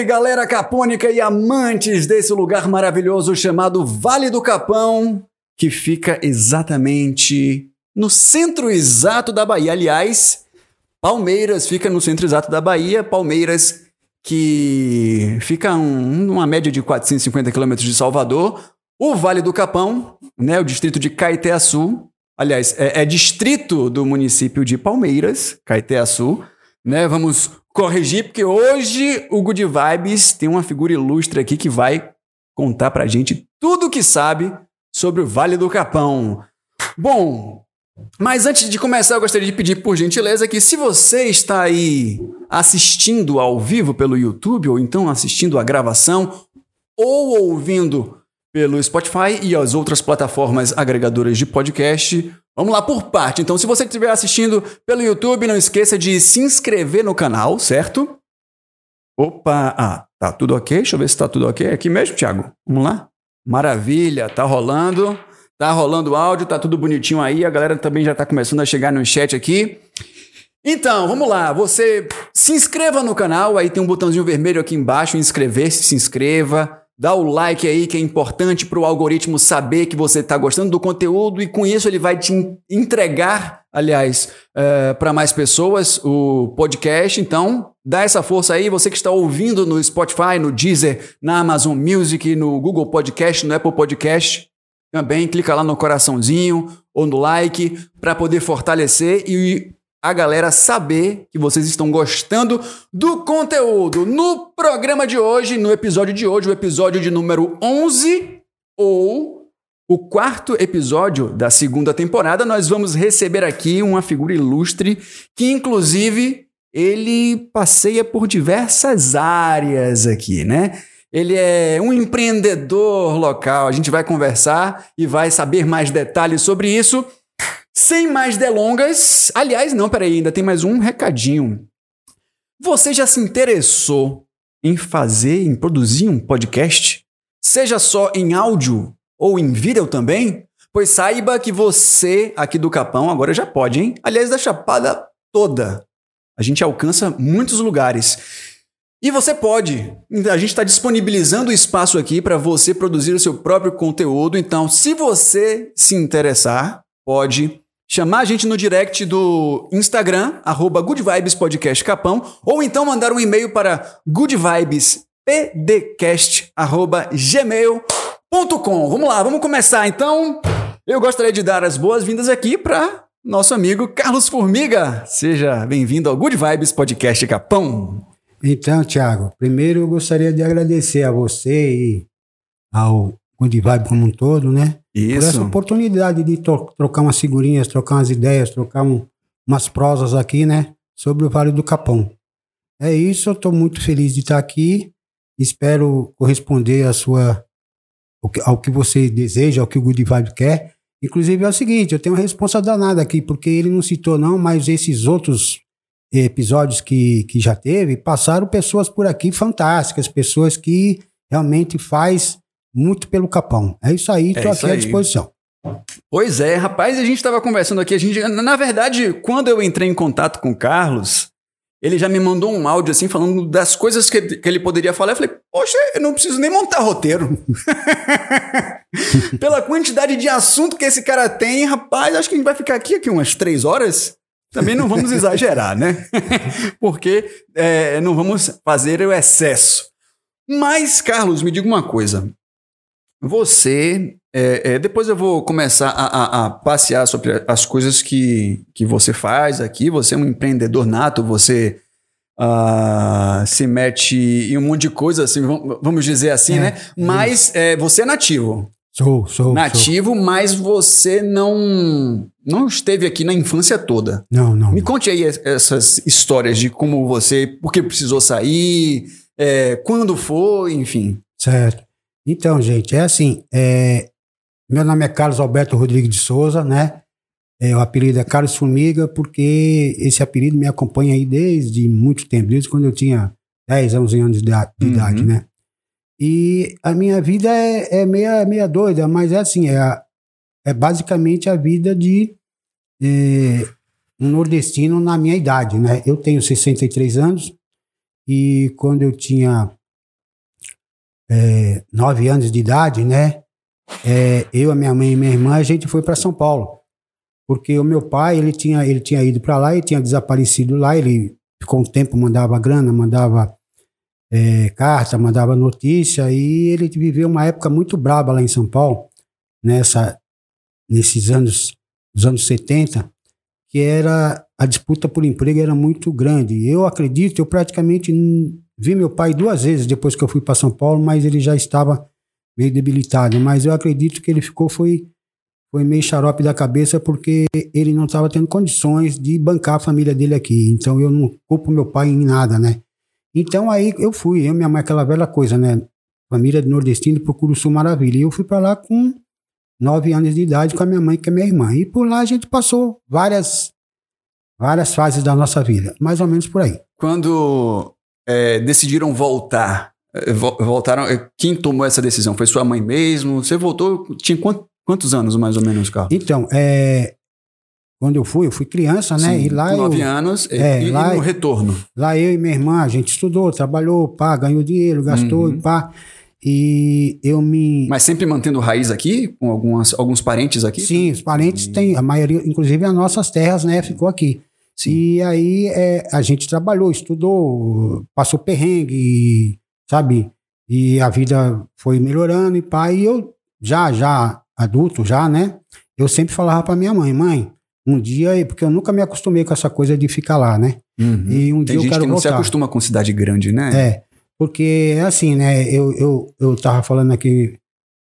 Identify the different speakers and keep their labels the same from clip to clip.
Speaker 1: galera capônica e amantes desse lugar maravilhoso chamado Vale do Capão, que fica exatamente no centro exato da Bahia. Aliás, Palmeiras fica no centro exato da Bahia. Palmeiras que fica numa média de 450 quilômetros de Salvador. O Vale do Capão, né, o distrito de Caeté-Açu. Aliás, é distrito do município de Palmeiras, Caeté-Açu. Né, vamos corrigir, porque hoje o Good Vibes tem uma figura ilustre aqui que vai contar pra gente tudo o que sabe sobre o Vale do Capão. Bom, mas antes de começar, eu gostaria de pedir, por gentileza, que se você está aí assistindo ao vivo pelo YouTube, ou então assistindo a gravação, ou ouvindo pelo Spotify e as outras plataformas agregadoras de podcast, vamos lá por parte. Então, se você estiver assistindo pelo YouTube, não esqueça de se inscrever no canal, certo? Opa, tá tudo ok? Deixa eu ver se tá tudo ok. É aqui mesmo, Thiago? Vamos lá? Maravilha, tá rolando o áudio, tá tudo bonitinho aí. A galera também já tá começando a chegar no chat aqui. Então, vamos lá. Você se inscreva no canal, aí tem um botãozinho vermelho aqui embaixo, inscrever-se, se inscreva. Dá o like aí, que é importante para o algoritmo saber que você está gostando do conteúdo e com isso ele vai te entregar, aliás, para mais pessoas o podcast. Então, dá essa força aí. Você que está ouvindo no Spotify, no Deezer, na Amazon Music, no Google Podcast, no Apple Podcast, também clica lá no coraçãozinho ou no like para poder fortalecer e a galera saber que vocês estão gostando do conteúdo. No programa de hoje, no episódio de hoje, o episódio de número 11, ou o quarto episódio da segunda temporada, nós vamos receber aqui uma figura ilustre que, inclusive, ele passeia por diversas áreas aqui, né? Ele é um empreendedor local. A gente vai conversar e vai saber mais detalhes sobre isso. Sem mais delongas, aliás, não, peraí, ainda tem mais um recadinho. Você já se interessou em produzir um podcast? Seja só em áudio ou em vídeo também? Pois saiba que você aqui do Capão agora já pode, hein? Aliás, da Chapada toda. A gente alcança muitos lugares. E você pode. A gente está disponibilizando o espaço aqui para você produzir o seu próprio conteúdo. Então, se você se interessar, pode chamar a gente no direct do Instagram, @goodvibespodcastcapão, ou então mandar um e-mail para goodvibespodcast@gmail.com. Vamos lá, vamos começar. Então, eu gostaria de dar as boas-vindas aqui para nosso amigo Carlos Formiga. Seja bem-vindo ao Good Vibes Podcast Capão.
Speaker 2: Então, Thiago, primeiro eu gostaria de agradecer a você e ao Good Vibe como um todo, né?
Speaker 1: Isso.
Speaker 2: Por essa oportunidade de trocar umas figurinhas, trocar umas ideias, trocar umas prosas aqui, né? Sobre o Vale do Capão. É isso, eu estou muito feliz de estar aqui. Espero corresponder ao que você deseja, ao que o Good Vibe quer. Inclusive é o seguinte, eu tenho uma responsa danada aqui, porque ele não citou não, mas esses outros episódios que já teve, passaram pessoas por aqui fantásticas, pessoas que realmente faz muito pelo Capão. É isso aí, estou aqui à disposição.
Speaker 1: Pois é, rapaz, a gente estava conversando aqui, na verdade, quando eu entrei em contato com o Carlos, ele já me mandou um áudio assim, falando das coisas que ele poderia falar. Eu falei, poxa, eu não preciso nem montar roteiro. Pela quantidade de assunto que esse cara tem, rapaz, acho que a gente vai ficar aqui umas 3 horas. Também não vamos exagerar, né? Porque não vamos fazer o excesso. Mas, Carlos, me diga uma coisa. Você, depois eu vou começar a passear sobre as coisas que você faz aqui. Você é um empreendedor nato, você se mete em um monte de coisa, assim, vamos dizer assim, né? Mas você é nativo.
Speaker 2: Sou
Speaker 1: nativo, mas você não esteve aqui na infância toda.
Speaker 2: Não.
Speaker 1: Me conte aí essas histórias de como você, por que precisou sair, quando foi, enfim.
Speaker 2: Certo. Então, gente, é assim, meu nome é Carlos Alberto Rodrigues de Souza, né? O apelido é Carlos Formiga, porque esse apelido me acompanha aí desde muito tempo, desde quando eu tinha 10, 11 anos de idade, né? E a minha vida é meia doida, mas é assim, é basicamente a vida de um nordestino na minha idade, né? Eu tenho 63 anos e quando eu tinha 9 anos de idade, né? Eu, a minha mãe e minha irmã, a gente foi para São Paulo. Porque o meu pai, ele tinha ido para lá e tinha desaparecido lá. Ele ficou um tempo, mandava grana, mandava carta, mandava notícia. E ele viveu uma época muito braba lá em São Paulo, nesses anos, dos anos 70, que era a disputa por emprego era muito grande. Eu praticamente vi meu pai 2 vezes depois que eu fui para São Paulo, mas ele já estava meio debilitado. Mas eu acredito que ele foi meio xarope da cabeça porque ele não estava tendo condições de bancar a família dele aqui. Então eu não culpo meu pai em nada, né? Então aí eu e minha mãe, aquela velha coisa, né? Família de nordestino procura o Sul Maravilha. E eu fui para lá com 9 anos de idade com a minha mãe e com a minha irmã. E por lá a gente passou várias fases da nossa vida, mais ou menos por aí.
Speaker 1: Quando decidiram voltaram, quem tomou essa decisão? Foi sua mãe mesmo? Você voltou, tinha quantos anos mais ou menos, Carlos?
Speaker 2: Então, quando eu fui criança, né?
Speaker 1: Sim,
Speaker 2: e lá
Speaker 1: com 9 anos, e
Speaker 2: lá,
Speaker 1: no retorno?
Speaker 2: Lá eu e minha irmã, a gente estudou, trabalhou, pá, ganhou dinheiro, gastou, e pá. E eu
Speaker 1: Mas sempre mantendo raiz aqui? Com alguns parentes aqui?
Speaker 2: Sim, os parentes têm, a maioria, inclusive as nossas terras, né? Ficou aqui. Sim. E aí a gente trabalhou, estudou, passou perrengue, sabe? E a vida foi melhorando e pá. E eu, já adulto, né? Eu sempre falava pra minha mãe, um dia, porque eu nunca me acostumei com essa coisa de ficar lá, né? E um dia eu quero voltar. Tem gente que
Speaker 1: não se acostuma com cidade grande, né?
Speaker 2: Porque é assim, né? Eu tava falando aqui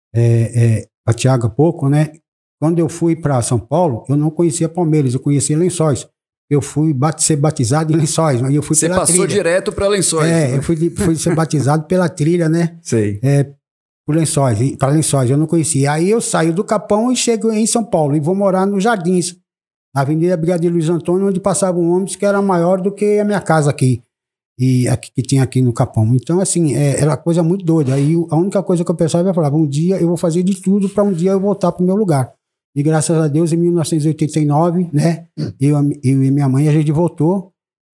Speaker 2: pra Tiago há pouco, né? Quando eu fui para São Paulo, eu não conhecia Palmeiras, eu conhecia Lençóis. Eu fui ser batizado em Lençóis. Aí eu fui
Speaker 1: Você passou trilha. Direto para Lençóis.
Speaker 2: Né? Eu fui ser batizado pela trilha, né?
Speaker 1: Sei.
Speaker 2: Por Lençóis, para Lençóis, eu não conhecia. Aí eu saio do Capão e chego em São Paulo e vou morar nos Jardins, na Avenida Brigadeiro Luiz Antônio, onde passava um ônibus que era maior do que a minha casa aqui. E aqui, que tinha aqui no Capão. Então, assim, era coisa muito doida. Aí a única coisa que eu pensava, eu falava, um dia eu vou fazer de tudo para um dia eu voltar para o meu lugar. E graças a Deus, em 1989, né, eu e minha mãe, a gente voltou.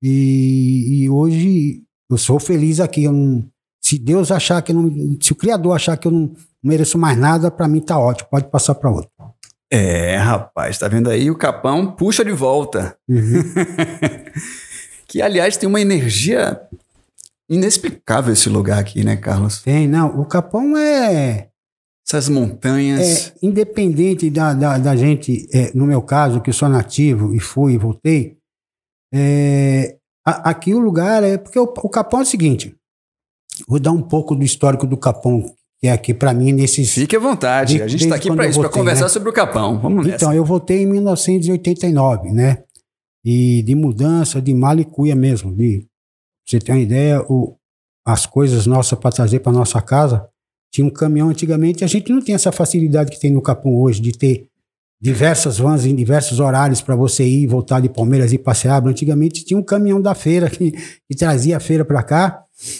Speaker 2: E hoje eu sou feliz aqui. Se Deus achar que se o Criador achar que eu não mereço mais nada, para mim tá ótimo. Pode passar para outro.
Speaker 1: Rapaz, tá vendo aí? O Capão puxa de volta. Que, aliás, tem uma energia inexplicável esse lugar aqui, né, Carlos?
Speaker 2: Tem, não. O Capão
Speaker 1: essas montanhas...
Speaker 2: independente da gente, no meu caso, que eu sou nativo e fui e voltei, aqui o lugar porque o Capão é o seguinte, vou dar um pouco do histórico do Capão, que é aqui para mim nesses...
Speaker 1: Fique à vontade, a gente está aqui para isso, para conversar, né, sobre o Capão. Vamos nessa.
Speaker 2: Então, eu voltei em 1989, né? E de mudança, de mala e cuia mesmo. Pra você ter uma ideia, as coisas nossas para trazer para nossa casa, tinha um caminhão antigamente, a gente não tem essa facilidade que tem no Capão hoje, de ter diversas vans em diversos horários para você ir e voltar de Palmeiras e passear. Antigamente tinha um caminhão da feira que trazia a feira para cá,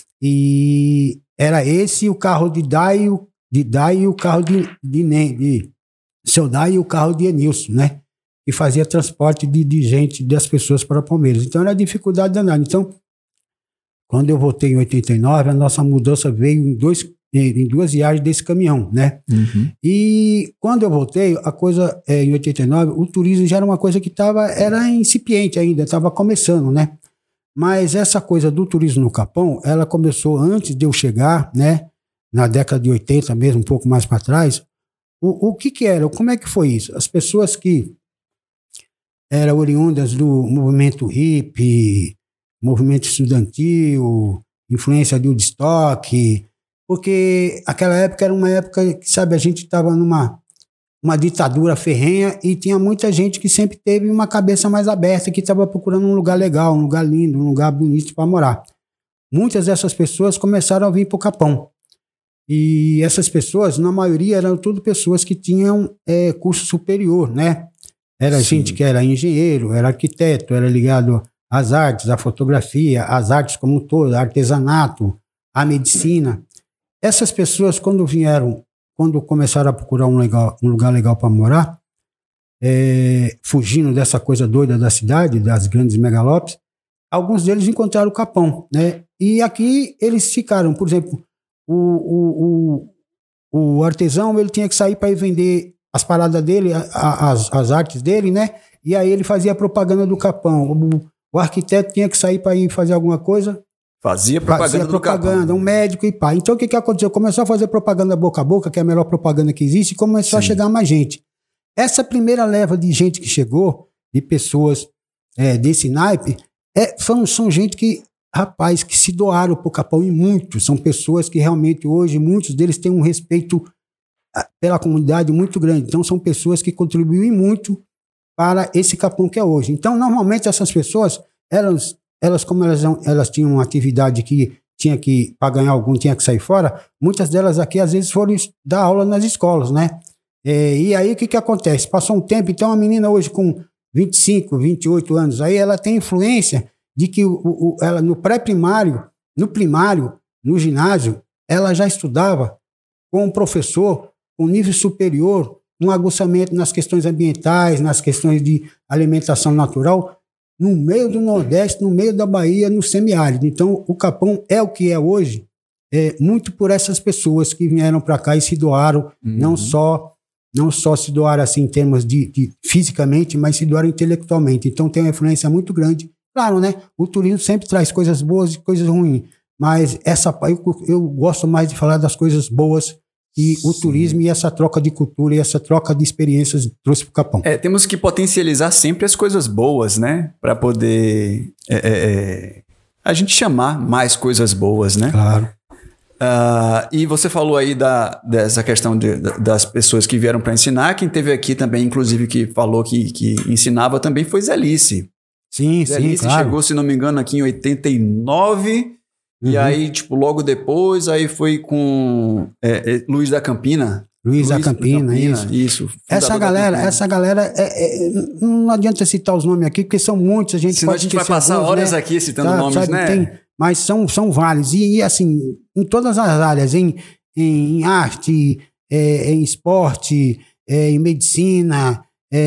Speaker 2: e era esse o carro de Dai e o carro de seu Dai e o carro de Enilson, né? E fazia transporte de gente, das pessoas para Palmeiras. Então era dificuldade danada. Então, quando eu voltei em 89, a nossa mudança veio em 2 viagens desse caminhão, né? E quando eu voltei, a coisa, em 89, o turismo já era uma coisa que era incipiente ainda, estava começando, né? Mas essa coisa do turismo no Capão, ela começou antes de eu chegar, né? Na década de 80 mesmo, um pouco mais para trás. O que era? Como é que foi isso? As pessoas que eram oriundas do movimento hippie, movimento estudantil, influência de Woodstock, porque aquela época era uma época que, sabe, a gente estava numa ditadura ferrenha e tinha muita gente que sempre teve uma cabeça mais aberta, que estava procurando um lugar legal, um lugar lindo, um lugar bonito para morar. Muitas dessas pessoas começaram a vir para o Capão. E essas pessoas, na maioria, eram tudo pessoas que tinham curso superior, né? Era Sim. gente que era engenheiro, era arquiteto, era ligado às artes, à fotografia, às artes como um todo, artesanato, à medicina. Essas pessoas, quando começaram a procurar um lugar legal para morar, fugindo dessa coisa doida da cidade, das grandes megalópolis, alguns deles encontraram o Capão, né? E aqui eles ficaram, por exemplo, o artesão, ele tinha que sair para ir vender as paradas dele, as artes dele, né? E aí ele fazia propaganda do Capão. O arquiteto tinha que sair para ir fazer alguma coisa.
Speaker 1: Fazia propaganda do Capão.
Speaker 2: Um médico e pá. Então o que aconteceu? Começou a fazer propaganda boca a boca, que é a melhor propaganda que existe, e começou a chegar mais gente. Essa primeira leva de gente que chegou, de pessoas desse naipe, são gente que, rapaz, que se doaram pro Capão, e muitos. São pessoas que realmente hoje, muitos deles têm um respeito pela comunidade muito grande. Então são pessoas que contribuem muito para esse Capão que é hoje. Então, normalmente, essas pessoas, como elas tinham uma atividade que tinha que, para ganhar algum, tinha que sair fora, muitas delas aqui, às vezes, foram dar aula nas escolas, né? E aí, o que acontece? Passou um tempo, então, a menina hoje com 25, 28 anos, aí ela tem influência de que ela, no pré-primário, no primário, no ginásio, ela já estudava com um professor com nível superior, um aguçamento nas questões ambientais, nas questões de alimentação natural, no meio do Nordeste, no meio da Bahia, no semiárido. Então, o Capão é o que é hoje, muito por essas pessoas que vieram para cá e se doaram, não só se doaram assim em termos de fisicamente, mas se doaram intelectualmente. Então, tem uma influência muito grande. Claro, né? O turismo sempre traz coisas boas e coisas ruins, mas eu gosto mais de falar das coisas boas que o turismo e essa troca de cultura e essa troca de experiências trouxe para o Capão.
Speaker 1: Temos que potencializar sempre as coisas boas, né? Para poder a gente chamar mais coisas boas, né?
Speaker 2: Claro.
Speaker 1: E você falou aí dessa questão das pessoas que vieram para ensinar. Quem teve aqui também, inclusive, que falou que ensinava também foi Zé Lice.
Speaker 2: Sim,
Speaker 1: Zé Lice
Speaker 2: claro.
Speaker 1: chegou, se não me engano, aqui em 89... E aí, tipo, logo depois, aí foi com Luiz da Campina.
Speaker 2: Luiz da Campina,
Speaker 1: isso.
Speaker 2: Essa galera, não adianta citar os nomes aqui, porque são muitos,
Speaker 1: Senão a gente vai passar horas aqui citando nomes, sabe, né?
Speaker 2: Mas são vários. E assim, em todas as áreas, em arte, em esporte, em medicina,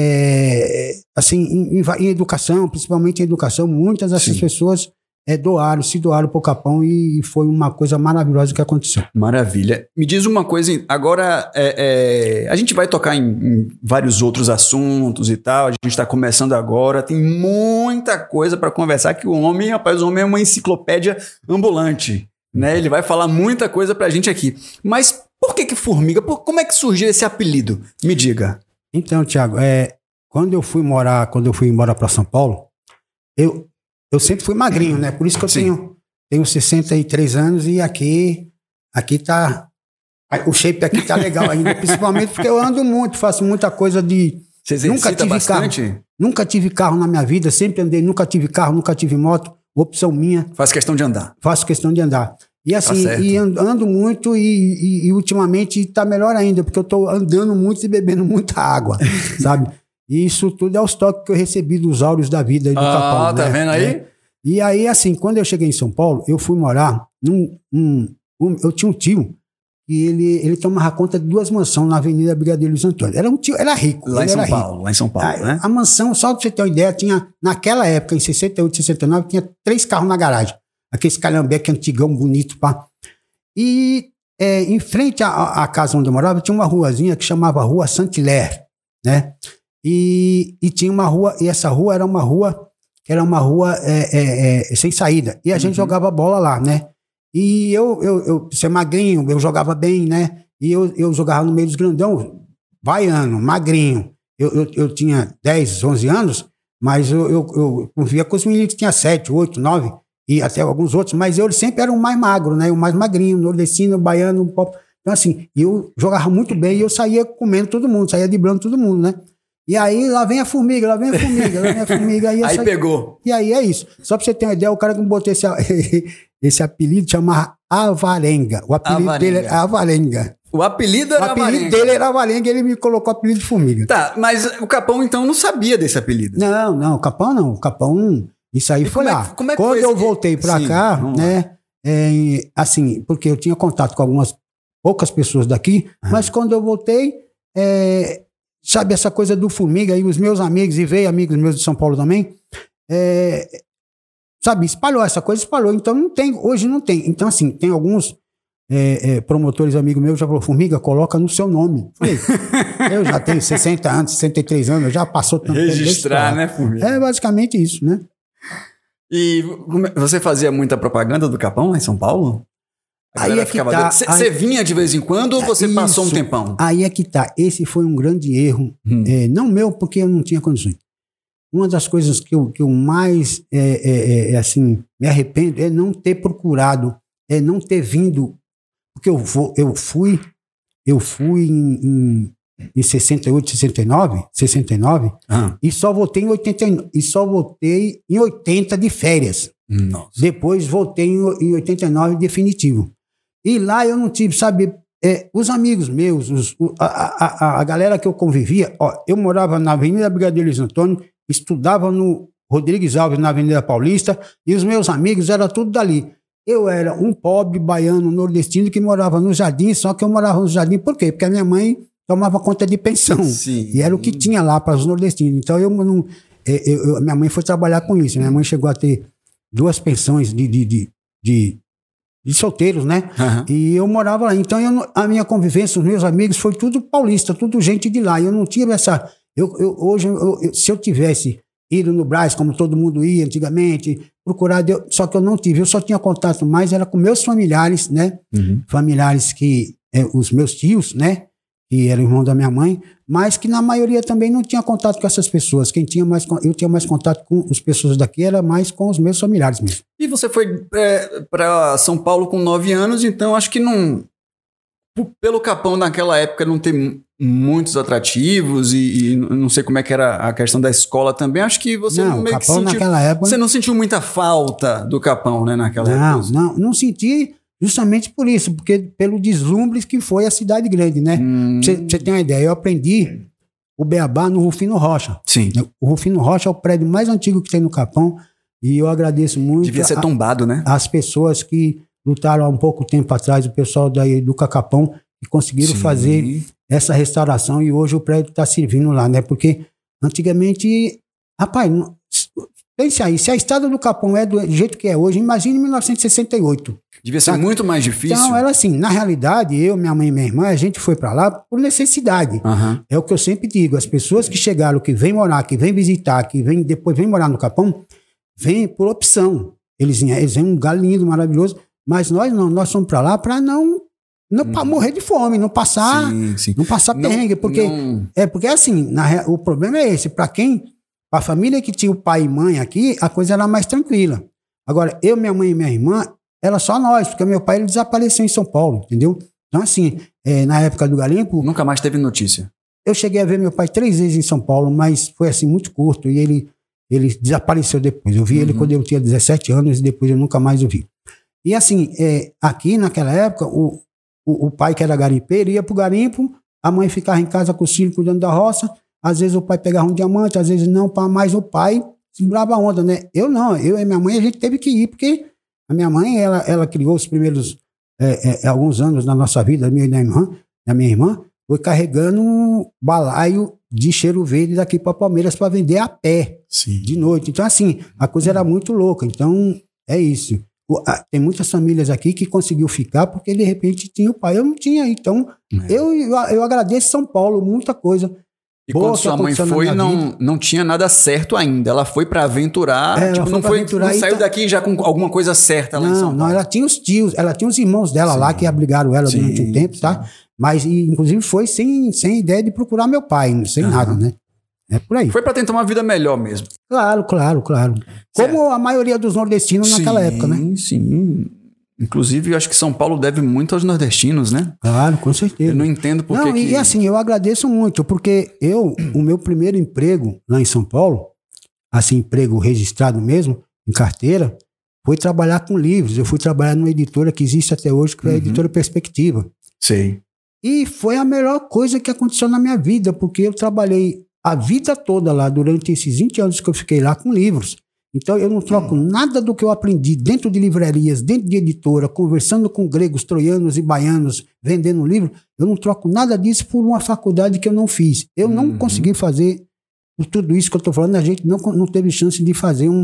Speaker 2: assim, em educação, principalmente em educação, muitas dessas pessoas se doaram para o Capão, e foi uma coisa maravilhosa que aconteceu.
Speaker 1: Maravilha. Me diz uma coisa, agora a gente vai tocar em vários outros assuntos e tal, a gente está começando agora, tem muita coisa para conversar, que o homem é uma enciclopédia ambulante, né? Ele vai falar muita coisa para a gente aqui. Mas por que Formiga? Como é que surgiu esse apelido? Me diga.
Speaker 2: Então, Thiago, quando eu fui embora para São Paulo, eu sempre fui magrinho, né? Por isso que eu tenho 63 anos e aqui tá... O shape aqui tá legal ainda, principalmente porque eu ando muito, faço muita coisa de...
Speaker 1: Você exercita bastante?
Speaker 2: Nunca tive carro na minha vida, sempre andei, nunca tive carro, nunca tive moto, opção minha.
Speaker 1: Faz questão de andar?
Speaker 2: Faço questão de andar. E assim, ando muito e ultimamente tá melhor ainda, porque eu tô andando muito e bebendo muita água, sabe? E isso tudo é os toques que eu recebi dos áureos da vida aí do Capão.
Speaker 1: Tá vendo aí?
Speaker 2: E aí, assim, quando eu cheguei em São Paulo, eu fui morar eu tinha um tio e ele tomava conta de 2 mansões na Avenida Brigadeiro Luiz Antônio. Era um tio, era rico.
Speaker 1: Lá em São Paulo, né?
Speaker 2: A mansão, só pra você ter uma ideia, tinha, naquela época, em 68, 69, tinha 3 carros na garagem. Aqueles calhambeque antigão, bonito, pá. E em frente à casa onde eu morava, tinha uma ruazinha que chamava Rua Saint-Hilaire, né? E tinha uma rua, e essa rua era uma rua sem saída. E a gente jogava bola lá, né? E eu ser magrinho, eu jogava bem, né? E eu jogava no meio dos grandão, baiano, magrinho. Eu tinha 10, 11 anos, mas eu convivia com os meninos que tinham 7, 8, 9, e até alguns outros, mas eu sempre era o mais magro, né? O mais magrinho, nordestino, baiano, pop. Então, assim, eu jogava muito bem e eu saía comendo todo mundo, saía driblando todo mundo, né? E aí, lá vem a formiga, lá vem a formiga. Aí
Speaker 1: pegou.
Speaker 2: E aí é isso. Só pra você ter uma ideia, o cara que me botou esse apelido chamava Avarenga. O apelido dele era Avarenga.
Speaker 1: O apelido era Avarenga. O apelido
Speaker 2: dele era Avarenga, ele me colocou o apelido de formiga.
Speaker 1: Tá, mas o Capão, então, não sabia desse apelido.
Speaker 2: Não, o Capão não. O Capão, isso aí foi lá. Quando eu voltei pra cá, né, assim, porque eu tinha contato com algumas poucas pessoas daqui, mas quando eu voltei, sabe, essa coisa do formiga, e os meus amigos, e veio amigos meus de São Paulo também, sabe, espalhou essa coisa, então hoje não tem. Então, assim, tem alguns promotores amigos meus já falou, Formiga, coloca no seu nome. Falei, eu já tenho 60 anos, 63 anos, já passou tanto tempo.
Speaker 1: Registrar, né, Formiga?
Speaker 2: É basicamente isso, né?
Speaker 1: E você fazia muita propaganda do Capão lá em São Paulo?
Speaker 2: Aí é que tá.
Speaker 1: Você vinha de vez em quando ou você passou um tempão?
Speaker 2: Aí é que tá. Esse foi um grande erro. Não meu, porque eu não tinha condições. Uma das coisas que eu mais assim, me arrependo é não ter procurado, é não ter vindo. Porque eu fui em 68, 69, e só voltei em 89, e só voltei em 80 de férias.
Speaker 1: Nossa.
Speaker 2: Depois voltei em 89 definitivo. E lá eu não tive, sabe, os amigos meus, a galera que eu convivia, eu morava na Avenida Brigadeiro Luiz Antônio, estudava no Rodrigues Alves, na Avenida Paulista, e os meus amigos eram tudo dali. Eu era um pobre baiano nordestino que morava no Jardim, só que eu morava no Jardim por quê? Porque a minha mãe tomava conta de pensão. Sim. E era o que tinha lá para os nordestinos. Então minha mãe foi trabalhar com isso. Minha mãe chegou a ter 2 pensões de solteiros, né? Uhum. E eu morava lá. Então a minha convivência, os meus amigos, foi tudo paulista, tudo gente de lá. Eu não tive essa... Hoje, se eu tivesse ido no Brás, como todo mundo ia antigamente, procurado, só que eu não tive. Eu só tinha contato mais, era com meus familiares, né? Uhum. Familiares que... os meus tios, né? Que era irmão da minha mãe, mas que na maioria também não tinha contato com essas pessoas. Eu tinha mais contato com as pessoas daqui, era mais com os meus familiares mesmo.
Speaker 1: E você foi para São Paulo com 9 anos, então acho que não... Pelo Capão naquela época não tem muitos atrativos e não sei como é que era a questão da escola também. Acho que você
Speaker 2: não
Speaker 1: meio
Speaker 2: Capão
Speaker 1: que sentiu...
Speaker 2: naquela época...
Speaker 1: Você não sentiu muita falta do Capão, né, naquela época?
Speaker 2: Não senti... Justamente por isso, porque pelo deslumbre que foi a cidade grande, né? Você tem uma ideia, eu aprendi o beabá no Rufino Rocha.
Speaker 1: Sim.
Speaker 2: O Rufino Rocha é o prédio mais antigo que tem no Capão e eu agradeço muito...
Speaker 1: Devia ser tombado, né?
Speaker 2: As pessoas que lutaram há um pouco tempo atrás, o pessoal do Capão, que conseguiram fazer essa restauração e hoje o prédio está servindo lá, né? Porque antigamente, rapaz... Pense aí, se a estrada do Capão é do jeito que é hoje, imagine 1968.
Speaker 1: Devia ser muito mais difícil.
Speaker 2: Então, era assim, na realidade, eu, minha mãe e minha irmã, a gente foi para lá por necessidade. Uhum. É o que eu sempre digo, as pessoas que chegaram, que vêm morar, que vêm visitar, depois vêm morar no Capão, vêm por opção. Eles vêm um lugar lindo, maravilhoso, mas nós fomos para lá para não para morrer de fome, não passar, não passar perrengue, porque porque assim, o problema é esse, para a família que tinha o pai e mãe aqui, a coisa era mais tranquila. Agora, eu, minha mãe e minha irmã, era só nós, porque meu pai ele desapareceu em São Paulo, entendeu? Então, assim, na época do garimpo...
Speaker 1: Nunca mais teve notícia?
Speaker 2: Eu cheguei a ver meu pai 3 vezes em São Paulo, mas foi, assim, muito curto, e ele desapareceu depois. Eu vi ele quando eu tinha 17 anos, e depois eu nunca mais o vi. E, assim, aqui, naquela época, o pai, que era garimpeiro, ia pro garimpo, a mãe ficava em casa com os filhos cuidando da roça. Às vezes o pai pegava um diamante, às vezes não, mas o pai segurava a onda, né? Eu e minha mãe, a gente teve que ir, porque a minha mãe, ela criou os primeiros alguns anos na nossa vida, da minha irmã, foi carregando um balaio de cheiro verde daqui para Palmeiras para vender a pé, de noite. Então, assim, a coisa era muito louca. Então, é isso. Tem muitas famílias aqui que conseguiu ficar porque, de repente, tinha o pai. Eu não tinha. Então, eu agradeço São Paulo, muita coisa.
Speaker 1: E quando sua mãe foi, não tinha nada certo ainda. Ela foi para aventurar, não saiu daqui já com alguma coisa certa lá em São Paulo.
Speaker 2: Não, ela tinha os tios, ela tinha os irmãos dela lá que abrigaram ela durante um tempo, tá? Mas, inclusive, foi sem ideia de procurar meu pai, sem nada, né? É por aí.
Speaker 1: Foi para tentar uma vida melhor mesmo.
Speaker 2: Claro. Como a maioria dos nordestinos naquela época, né?
Speaker 1: Sim. Inclusive, eu acho que São Paulo deve muito aos nordestinos, né?
Speaker 2: Claro, com certeza.
Speaker 1: Eu não entendo por que...
Speaker 2: E assim, eu agradeço muito, porque o meu primeiro emprego lá em São Paulo, assim, emprego registrado mesmo, em carteira, foi trabalhar com livros. Eu fui trabalhar numa editora que existe até hoje, que é a Editora Perspectiva.
Speaker 1: Sei.
Speaker 2: E foi a melhor coisa que aconteceu na minha vida, porque eu trabalhei a vida toda lá, durante esses 20 anos que eu fiquei lá, com livros. Então, eu não troco nada do que eu aprendi dentro de livrarias, dentro de editora, conversando com gregos, troianos e baianos, vendendo livro. Eu não troco nada disso por uma faculdade que eu não fiz. Eu não consegui fazer tudo isso que eu estou falando. A gente não teve chance de fazer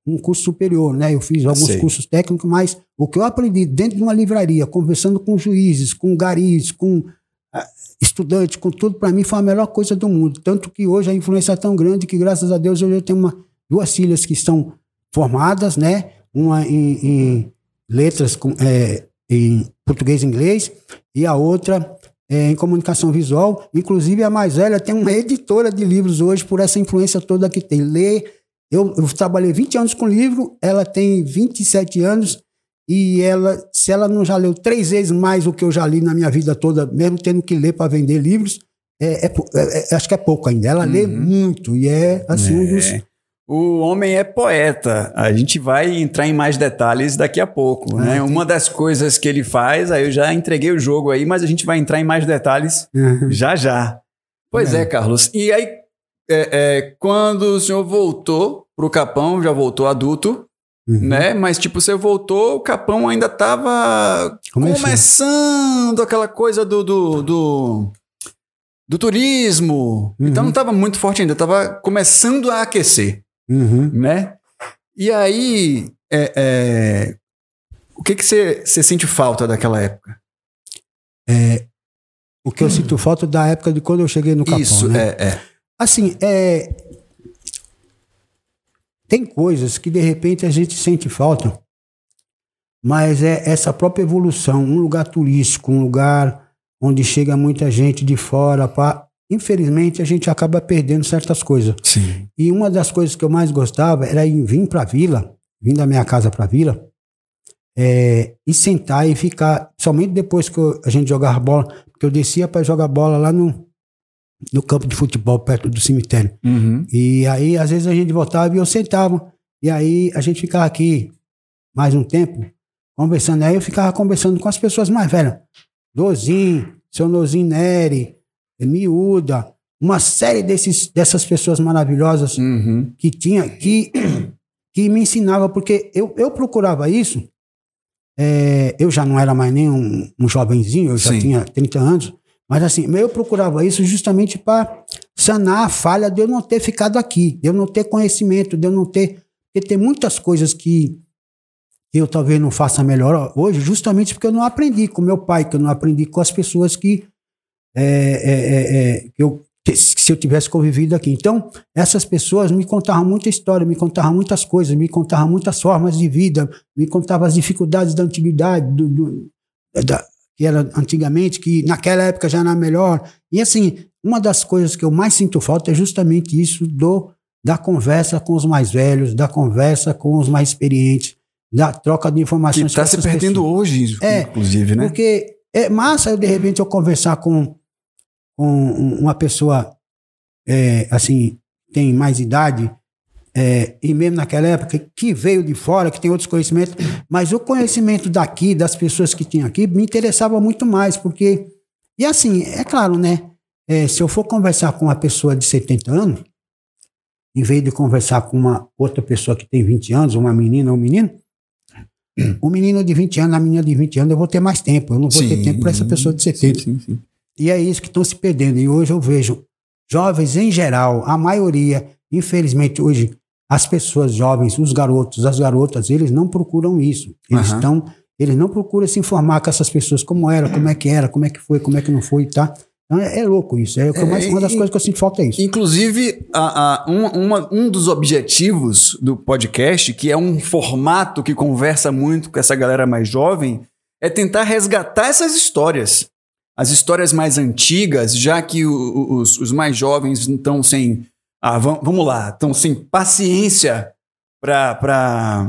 Speaker 2: um curso superior, né? Eu fiz alguns cursos técnicos, mas o que eu aprendi dentro de uma livraria, conversando com juízes, com garis, com estudantes, com tudo, para mim foi a melhor coisa do mundo. Tanto que hoje a influência é tão grande que, graças a Deus, hoje eu tenho duas filhas que estão formadas, né? Uma em letras, em português e inglês, e a outra em comunicação visual. Inclusive, a mais velha tem uma editora de livros hoje por essa influência toda que tem. Eu trabalhei 20 anos com livro, ela tem 27 anos, e se ela não já leu 3 vezes mais do que eu já li na minha vida toda, mesmo tendo que ler para vender livros, acho que é pouco ainda. Ela lê muito, e é assim um dos...
Speaker 1: O homem é poeta. A gente vai entrar em mais detalhes daqui a pouco, né? Uma das coisas que ele faz, aí eu já entreguei o jogo aí, mas a gente vai entrar em mais detalhes já. Pois é, Carlos. E aí, quando o senhor voltou pro Capão, já voltou adulto, né? Mas tipo, você voltou, o Capão ainda estava começando aquela coisa do turismo. Então não estava muito forte ainda, estava começando a aquecer. Né? E aí, o que você sente falta daquela época?
Speaker 2: O que eu sinto falta da época de quando eu cheguei no Capão.
Speaker 1: Isso,
Speaker 2: né?
Speaker 1: Assim,
Speaker 2: tem coisas que de repente a gente sente falta, mas é essa própria evolução, um lugar turístico, um lugar onde chega muita gente de fora, infelizmente a gente acaba perdendo certas coisas.
Speaker 1: Sim.
Speaker 2: E uma das coisas que eu mais gostava era vir para a vila, vir da minha casa para a vila, e sentar e ficar, somente depois que a gente jogava bola, porque eu descia para jogar bola lá no campo de futebol, perto do cemitério. E aí, às vezes, a gente voltava e eu sentava. E aí, a gente ficava aqui mais um tempo, conversando. Aí eu ficava conversando com as pessoas mais velhas. Dozinho, seu Nozinho Neri, Miúda, uma série dessas pessoas maravilhosas que me ensinava, porque eu procurava isso. Eu já não era mais nem um jovenzinho, eu já tinha 30 anos, mas assim, eu procurava isso justamente para sanar a falha de eu não ter ficado aqui, de eu não ter conhecimento, de eu não ter... Porque tem muitas coisas que eu talvez não faça melhor hoje, justamente porque eu não aprendi com meu pai, que eu não aprendi com as pessoas que se eu tivesse convivido aqui. Então, essas pessoas me contavam muita história, me contavam muitas coisas, me contavam muitas formas de vida, me contavam as dificuldades da antiguidade, que era antigamente, que naquela época já era melhor. E assim, uma das coisas que eu mais sinto falta é justamente isso da conversa com os mais velhos, da conversa com os mais experientes, da troca de informações.
Speaker 1: Que está se perdendo hoje, inclusive, né?
Speaker 2: Porque é massa, de repente, eu conversar com uma pessoa, assim, tem mais idade, e mesmo naquela época, que veio de fora, que tem outros conhecimentos, mas o conhecimento daqui, das pessoas que tinham aqui, me interessava muito mais, porque... E assim, é claro, né? Se eu for conversar com uma pessoa de 70 anos, em vez de conversar com uma outra pessoa que tem 20 anos, uma menina ou um menino, o menino de 20 anos, a menina de 20 anos, eu vou ter mais tempo, eu não vou ter tempo para essa pessoa de 70.
Speaker 1: Sim.
Speaker 2: E é isso que estão se perdendo. E hoje eu vejo jovens em geral, a maioria, infelizmente hoje, as pessoas jovens, os garotos, as garotas, eles não procuram isso. Eles não procuram se informar com essas pessoas como era, como é que foi, como é que não foi, tá? Então é louco isso. Uma das coisas que eu sinto falta é isso.
Speaker 1: Inclusive, um dos objetivos do podcast, que é um formato que conversa muito com essa galera mais jovem, é tentar resgatar essas histórias. As histórias mais antigas, já que os mais jovens estão sem... vamos lá, estão sem paciência para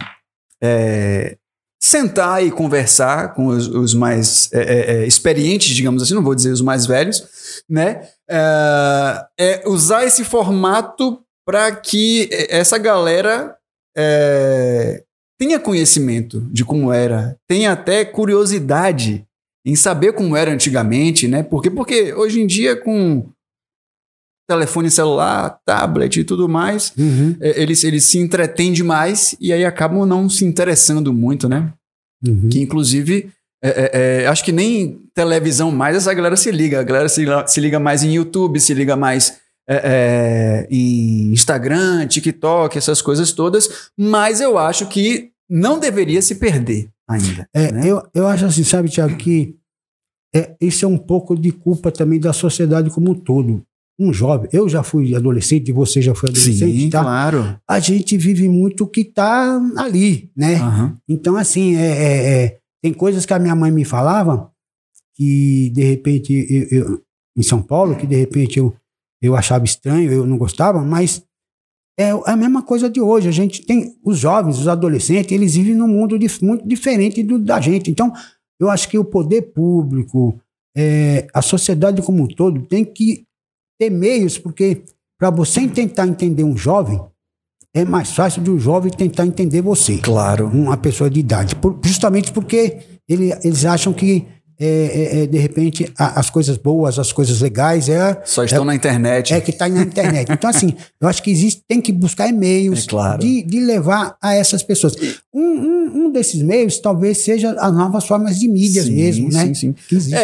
Speaker 1: sentar e conversar com os mais experientes, digamos assim, não vou dizer os mais velhos, né? Usar esse formato para que essa galera tenha conhecimento de como era, tenha até curiosidade em saber como era antigamente, né? Porque hoje em dia, com telefone celular, tablet e tudo mais, eles se entretêm demais e aí acabam não se interessando muito, né? Que inclusive, acho que nem televisão mais essa galera se liga. A galera se liga mais em YouTube, se liga mais em Instagram, TikTok, essas coisas todas, mas eu acho que não deveria se perder ainda. Né?
Speaker 2: Eu acho assim, sabe, Thiago, que isso é um pouco de culpa também da sociedade como um todo. Um jovem, eu já fui adolescente, você já foi adolescente,
Speaker 1: Sim,
Speaker 2: tá?
Speaker 1: claro.
Speaker 2: A gente vive muito o que tá ali, né?
Speaker 1: Uhum.
Speaker 2: Então, assim, tem coisas que a minha mãe me falava que, de repente, eu em São Paulo, que de repente eu achava estranho, eu não gostava, mas é a mesma coisa de hoje. A gente tem os jovens, os adolescentes, eles vivem num mundo muito diferente da gente. Então, eu acho que o poder público, a sociedade como um todo, tem que ter meios, porque para você tentar entender um jovem, é mais fácil de um jovem tentar entender você.
Speaker 1: Claro.
Speaker 2: Uma pessoa de idade. Justamente porque eles acham que, de repente, as coisas boas, as coisas legais...
Speaker 1: Só estão na internet.
Speaker 2: Que está na internet. Então, assim, eu acho que tem que buscar meios de levar a essas pessoas. Um desses meios talvez seja as novas formas de mídias mesmo, né?
Speaker 1: Sim.
Speaker 2: Que existe,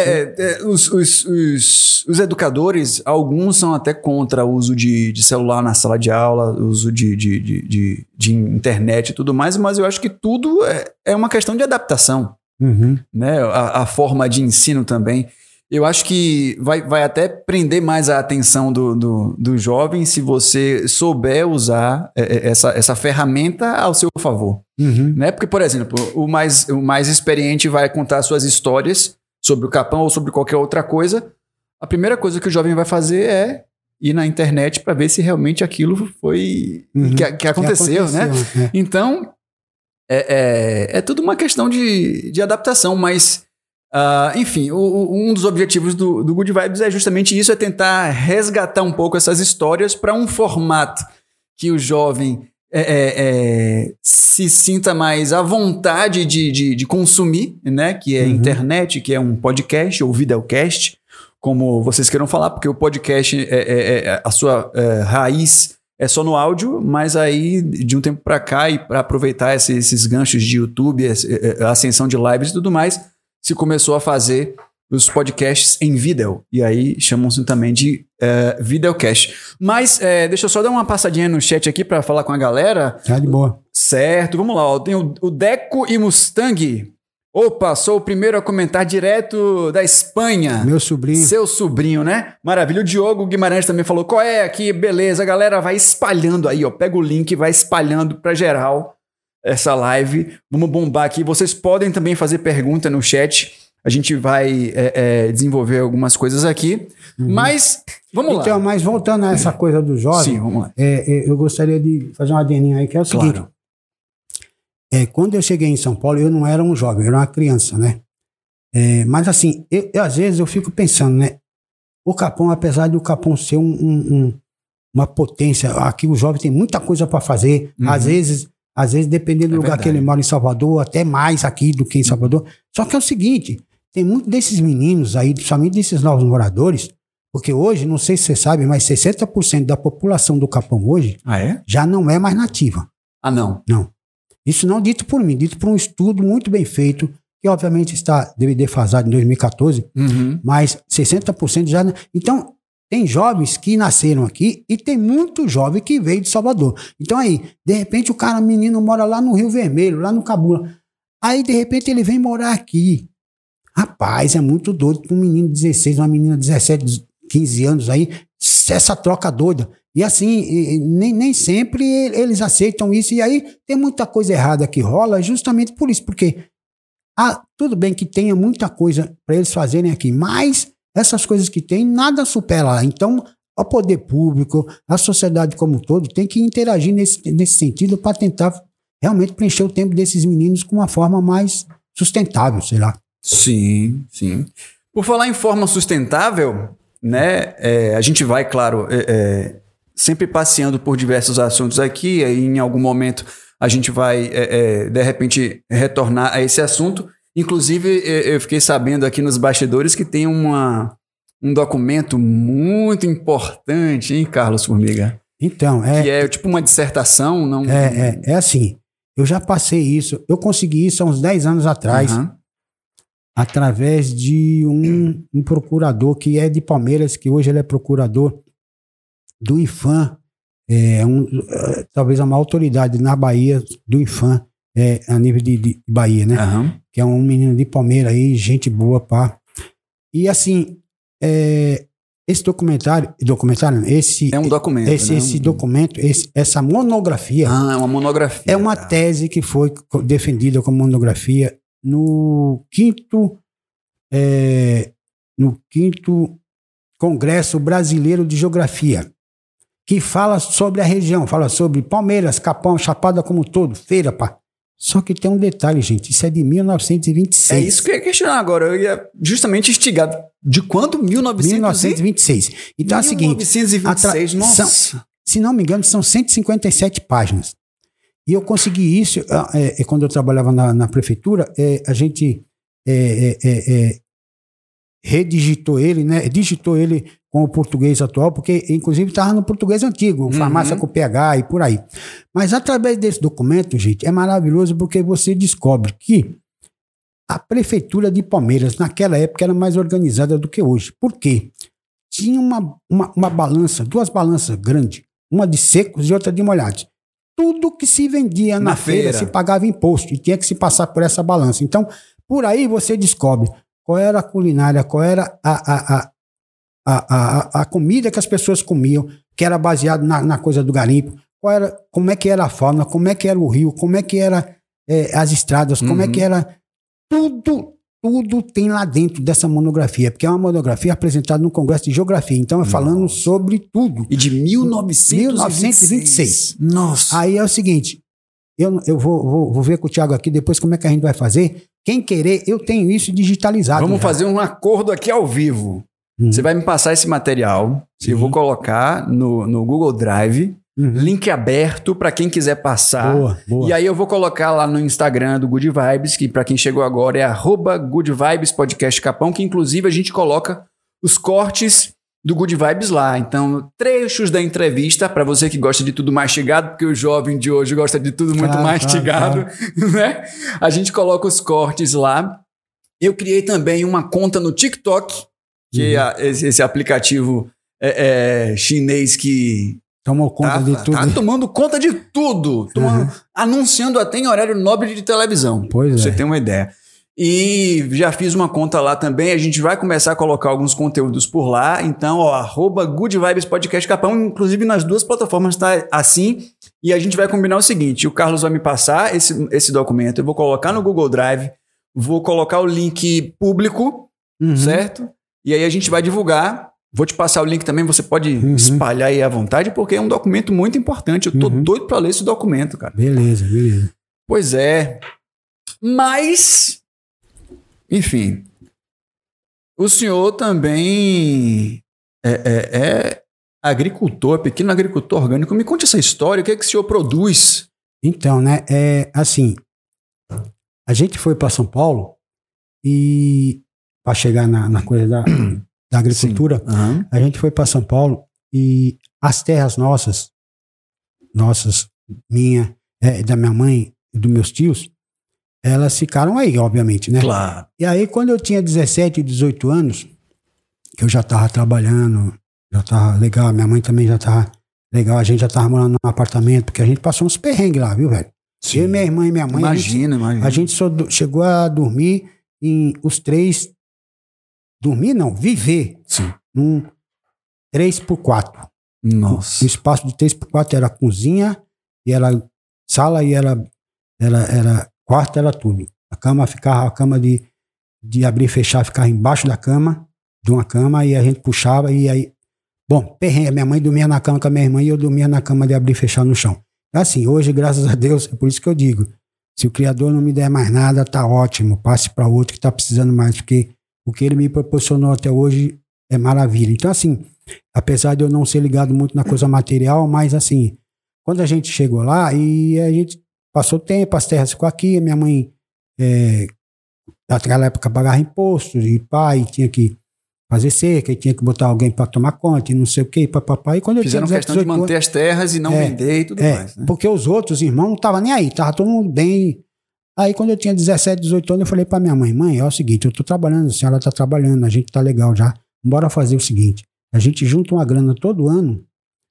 Speaker 1: os educadores, alguns são até contra o uso de celular na sala de aula, o uso de internet e tudo mais, mas eu acho que tudo é uma questão de adaptação.
Speaker 2: Uhum.
Speaker 1: Né? A forma de ensino também. Eu acho que vai até prender mais a atenção do jovem se você souber usar essa ferramenta ao seu favor.
Speaker 2: Uhum.
Speaker 1: Né? Porque, por exemplo, o mais experiente vai contar suas histórias sobre o Capão ou sobre qualquer outra coisa. A primeira coisa que o jovem vai fazer é ir na internet para ver se realmente aquilo foi que aconteceu, né? Então, é tudo uma questão de adaptação, mas... enfim, um dos objetivos do Good Vibes é justamente isso, é tentar resgatar um pouco essas histórias para um formato que o jovem se sinta mais à vontade de consumir, né? Que é internet, que é um podcast ou videocast, como vocês queiram falar, porque o podcast a sua raiz é só no áudio, mas aí de um tempo para cá e para aproveitar esses ganchos de YouTube, a ascensão de lives e tudo mais, se começou a fazer os podcasts em vídeo. E aí chamam-se também de videocast. Mas deixa eu só dar uma passadinha no chat aqui para falar com a galera.
Speaker 2: Tá de boa.
Speaker 1: Certo, vamos lá. Ó. Tem o Deco e Mustang. Opa, sou o primeiro a comentar direto da Espanha.
Speaker 2: Meu sobrinho.
Speaker 1: Seu sobrinho, né? Maravilha. O Diogo Guimarães também falou, qual é aqui? Beleza, a galera vai espalhando aí, ó. Pega o link e vai espalhando para geral essa live. Vamos bombar aqui. Vocês podem também fazer pergunta no chat. A gente vai desenvolver algumas coisas aqui. Mas, vamos lá.
Speaker 2: Então, mas voltando a essa coisa do jovem,
Speaker 1: sim, vamos lá.
Speaker 2: Eu gostaria de fazer uma adeninha aí, que é o seguinte. Quando eu cheguei em São Paulo, eu não era um jovem, eu era uma criança, né? Mas assim, às vezes eu fico pensando, né? O Capão, apesar de o Capão ser uma potência, aqui o jovem tem muita coisa para fazer, às vezes dependendo do lugar
Speaker 1: verdade.
Speaker 2: que ele mora em Salvador, até mais aqui do que em Salvador. Só que é o seguinte, tem muitos desses meninos aí, principalmente desses novos moradores, porque hoje, não sei se você sabe, mas 60% da população do Capão hoje já não é mais nativa.
Speaker 1: Ah, não?
Speaker 2: Não. Isso não dito por mim, dito por um estudo muito bem feito, que obviamente está defasado em 2014, mas 60% já... Então, tem jovens que nasceram aqui e tem muito jovem que veio de Salvador. Então aí, de repente o menino mora lá no Rio Vermelho, lá no Cabula. Aí, de repente, ele vem morar aqui. Rapaz, é muito doido para um menino de 16, uma menina de 17, 15 anos aí, essa troca doida. E assim, nem sempre eles aceitam isso. E aí tem muita coisa errada que rola justamente por isso. Porque tudo bem que tenha muita coisa para eles fazerem aqui, mas essas coisas que tem, nada supera lá. Então, o poder público, a sociedade como um todo, tem que interagir nesse sentido para tentar realmente preencher o tempo desses meninos com uma forma mais sustentável, sei lá.
Speaker 1: Sim, sim. Por falar em forma sustentável, né, a gente vai, claro, sempre passeando por diversos assuntos aqui, e em algum momento a gente vai, de repente, retornar a esse assunto. Inclusive, eu fiquei sabendo aqui nos bastidores que tem um documento muito importante, hein, Carlos Formiga?
Speaker 2: Então,
Speaker 1: que é tipo uma dissertação, não?
Speaker 2: É assim, eu já passei isso, eu consegui isso há uns 10 anos atrás, através de um procurador que é de Palmeiras, que hoje ele é procurador do Infam, talvez a maior autoridade na Bahia do Infam, a nível de Bahia, né?
Speaker 1: Aham.
Speaker 2: Que é um menino de Palmeiras aí, gente boa, pá. E assim, esse documentário, esse
Speaker 1: É um documento,
Speaker 2: esse documento, essa monografia,
Speaker 1: é uma monografia.
Speaker 2: é uma tese que foi defendida como monografia no quinto Congresso Brasileiro de Geografia, que fala sobre a região, fala sobre Palmeiras, Capão, Chapada como um todo, Feira, pá. Só que tem um detalhe, gente, isso é de 1926.
Speaker 1: É isso que eu ia questionar agora. Eu ia justamente instigar. De quando?
Speaker 2: 1926. Então é o seguinte.
Speaker 1: 1926, nossa.
Speaker 2: Se não me engano, são 157 páginas. E eu consegui isso quando eu trabalhava na prefeitura. A gente redigitou ele, né? Digitou ele com o português atual, porque inclusive estava no português antigo, farmácia com PH e por aí. Mas através desse documento, gente, é maravilhoso porque você descobre que a prefeitura de Palmeiras, naquela época, era mais organizada do que hoje. Por quê? Tinha uma balança, duas balanças grandes, uma de secos e outra de molhados. Tudo que se vendia na feira se pagava imposto e tinha que se passar por essa balança. Então, por aí você descobre qual era a culinária, qual era a comida que as pessoas comiam, que era baseado na coisa do garimpo, como é que era a fauna, como é que era o rio, como é que era as estradas, como é que era... Tudo tem lá dentro dessa monografia, porque é uma monografia apresentada no Congresso de Geografia. Então, falando sobre tudo.
Speaker 1: E de 1926.
Speaker 2: Nossa. Aí é o seguinte, eu vou ver com o Thiago aqui depois como é que a gente vai fazer. Quem querer, eu tenho isso digitalizado.
Speaker 1: Vamos fazer um acordo aqui ao vivo. Você vai me passar esse material, eu vou colocar no Google Drive, link aberto para quem quiser passar.
Speaker 2: Boa.
Speaker 1: E aí eu vou colocar lá no Instagram do Good Vibes, que para quem chegou agora é @GoodVibesPodcastCapão, que inclusive a gente coloca os cortes do Good Vibes lá. Então, trechos da entrevista, para você que gosta de tudo mastigado, porque o jovem de hoje gosta de tudo muito mastigado, né? A gente coloca os cortes lá. Eu criei também uma conta no TikTok, que é esse aplicativo chinês que
Speaker 2: tomou conta de tudo.
Speaker 1: Tá tomando conta de tudo. Anunciando até em horário nobre de televisão.
Speaker 2: Pois
Speaker 1: pra você ter uma ideia. E já fiz uma conta lá também. A gente vai começar a colocar alguns conteúdos por lá. Então, @Good Vibes Podcast Capão, inclusive nas duas plataformas tá assim. E a gente vai combinar o seguinte: o Carlos vai me passar esse documento, eu vou colocar no Google Drive, vou colocar o link público, certo? E aí a gente vai divulgar. Vou te passar o link também, você pode espalhar aí à vontade, porque é um documento muito importante. Eu tô doido para ler esse documento, cara.
Speaker 2: Beleza.
Speaker 1: Pois é. Mas, enfim, o senhor também é agricultor, pequeno agricultor orgânico. Me conte essa história, o que é que o senhor produz?
Speaker 2: Então, né, assim, a gente foi para São Paulo e para chegar na coisa da agricultura, a gente foi para São Paulo e as terras nossas, minha, da minha mãe e dos meus tios, elas ficaram aí, obviamente, né?
Speaker 1: Claro.
Speaker 2: E aí, quando eu tinha 17, 18 anos, que eu já estava trabalhando, já estava legal, minha mãe também já estava legal, a gente já estava morando num apartamento, porque a gente passou uns perrengues lá, viu, velho?
Speaker 1: Sim.
Speaker 2: Eu, minha irmã e minha mãe,
Speaker 1: Imagina.
Speaker 2: A gente só chegou a dormir os três. Dormir não, viver.
Speaker 1: Sim.
Speaker 2: Num 3x4.
Speaker 1: Nossa.
Speaker 2: O espaço de 3x4 era cozinha, e era sala, e era quarto, era tudo. A cama de abrir e fechar ficava embaixo da cama, de uma cama, e a gente puxava, e aí... Bom, perrengue, minha mãe dormia na cama com a minha irmã, e eu dormia na cama de abrir e fechar no chão. Assim, hoje, graças a Deus, é por isso que eu digo, se o Criador não me der mais nada, tá ótimo, passe para outro que tá precisando mais, porque o que ele me proporcionou até hoje é maravilha. Então, assim, apesar de eu não ser ligado muito na coisa material, mas assim, quando a gente chegou lá e a gente passou tempo, as terras ficou aqui, minha mãe, naquela época, pagava imposto, e pai tinha que fazer cerca, e tinha que botar alguém para tomar conta, e não sei o que, papapá. E quando
Speaker 1: fizeram questão de manter as terras e não vender e tudo mais, né?
Speaker 2: Porque os outros irmãos não estavam nem aí, tava todo mundo bem. Aí quando eu tinha 17, 18 anos, eu falei pra minha mãe, é o seguinte, eu tô trabalhando, a senhora tá trabalhando, a gente tá legal já, bora fazer o seguinte, a gente junta uma grana todo ano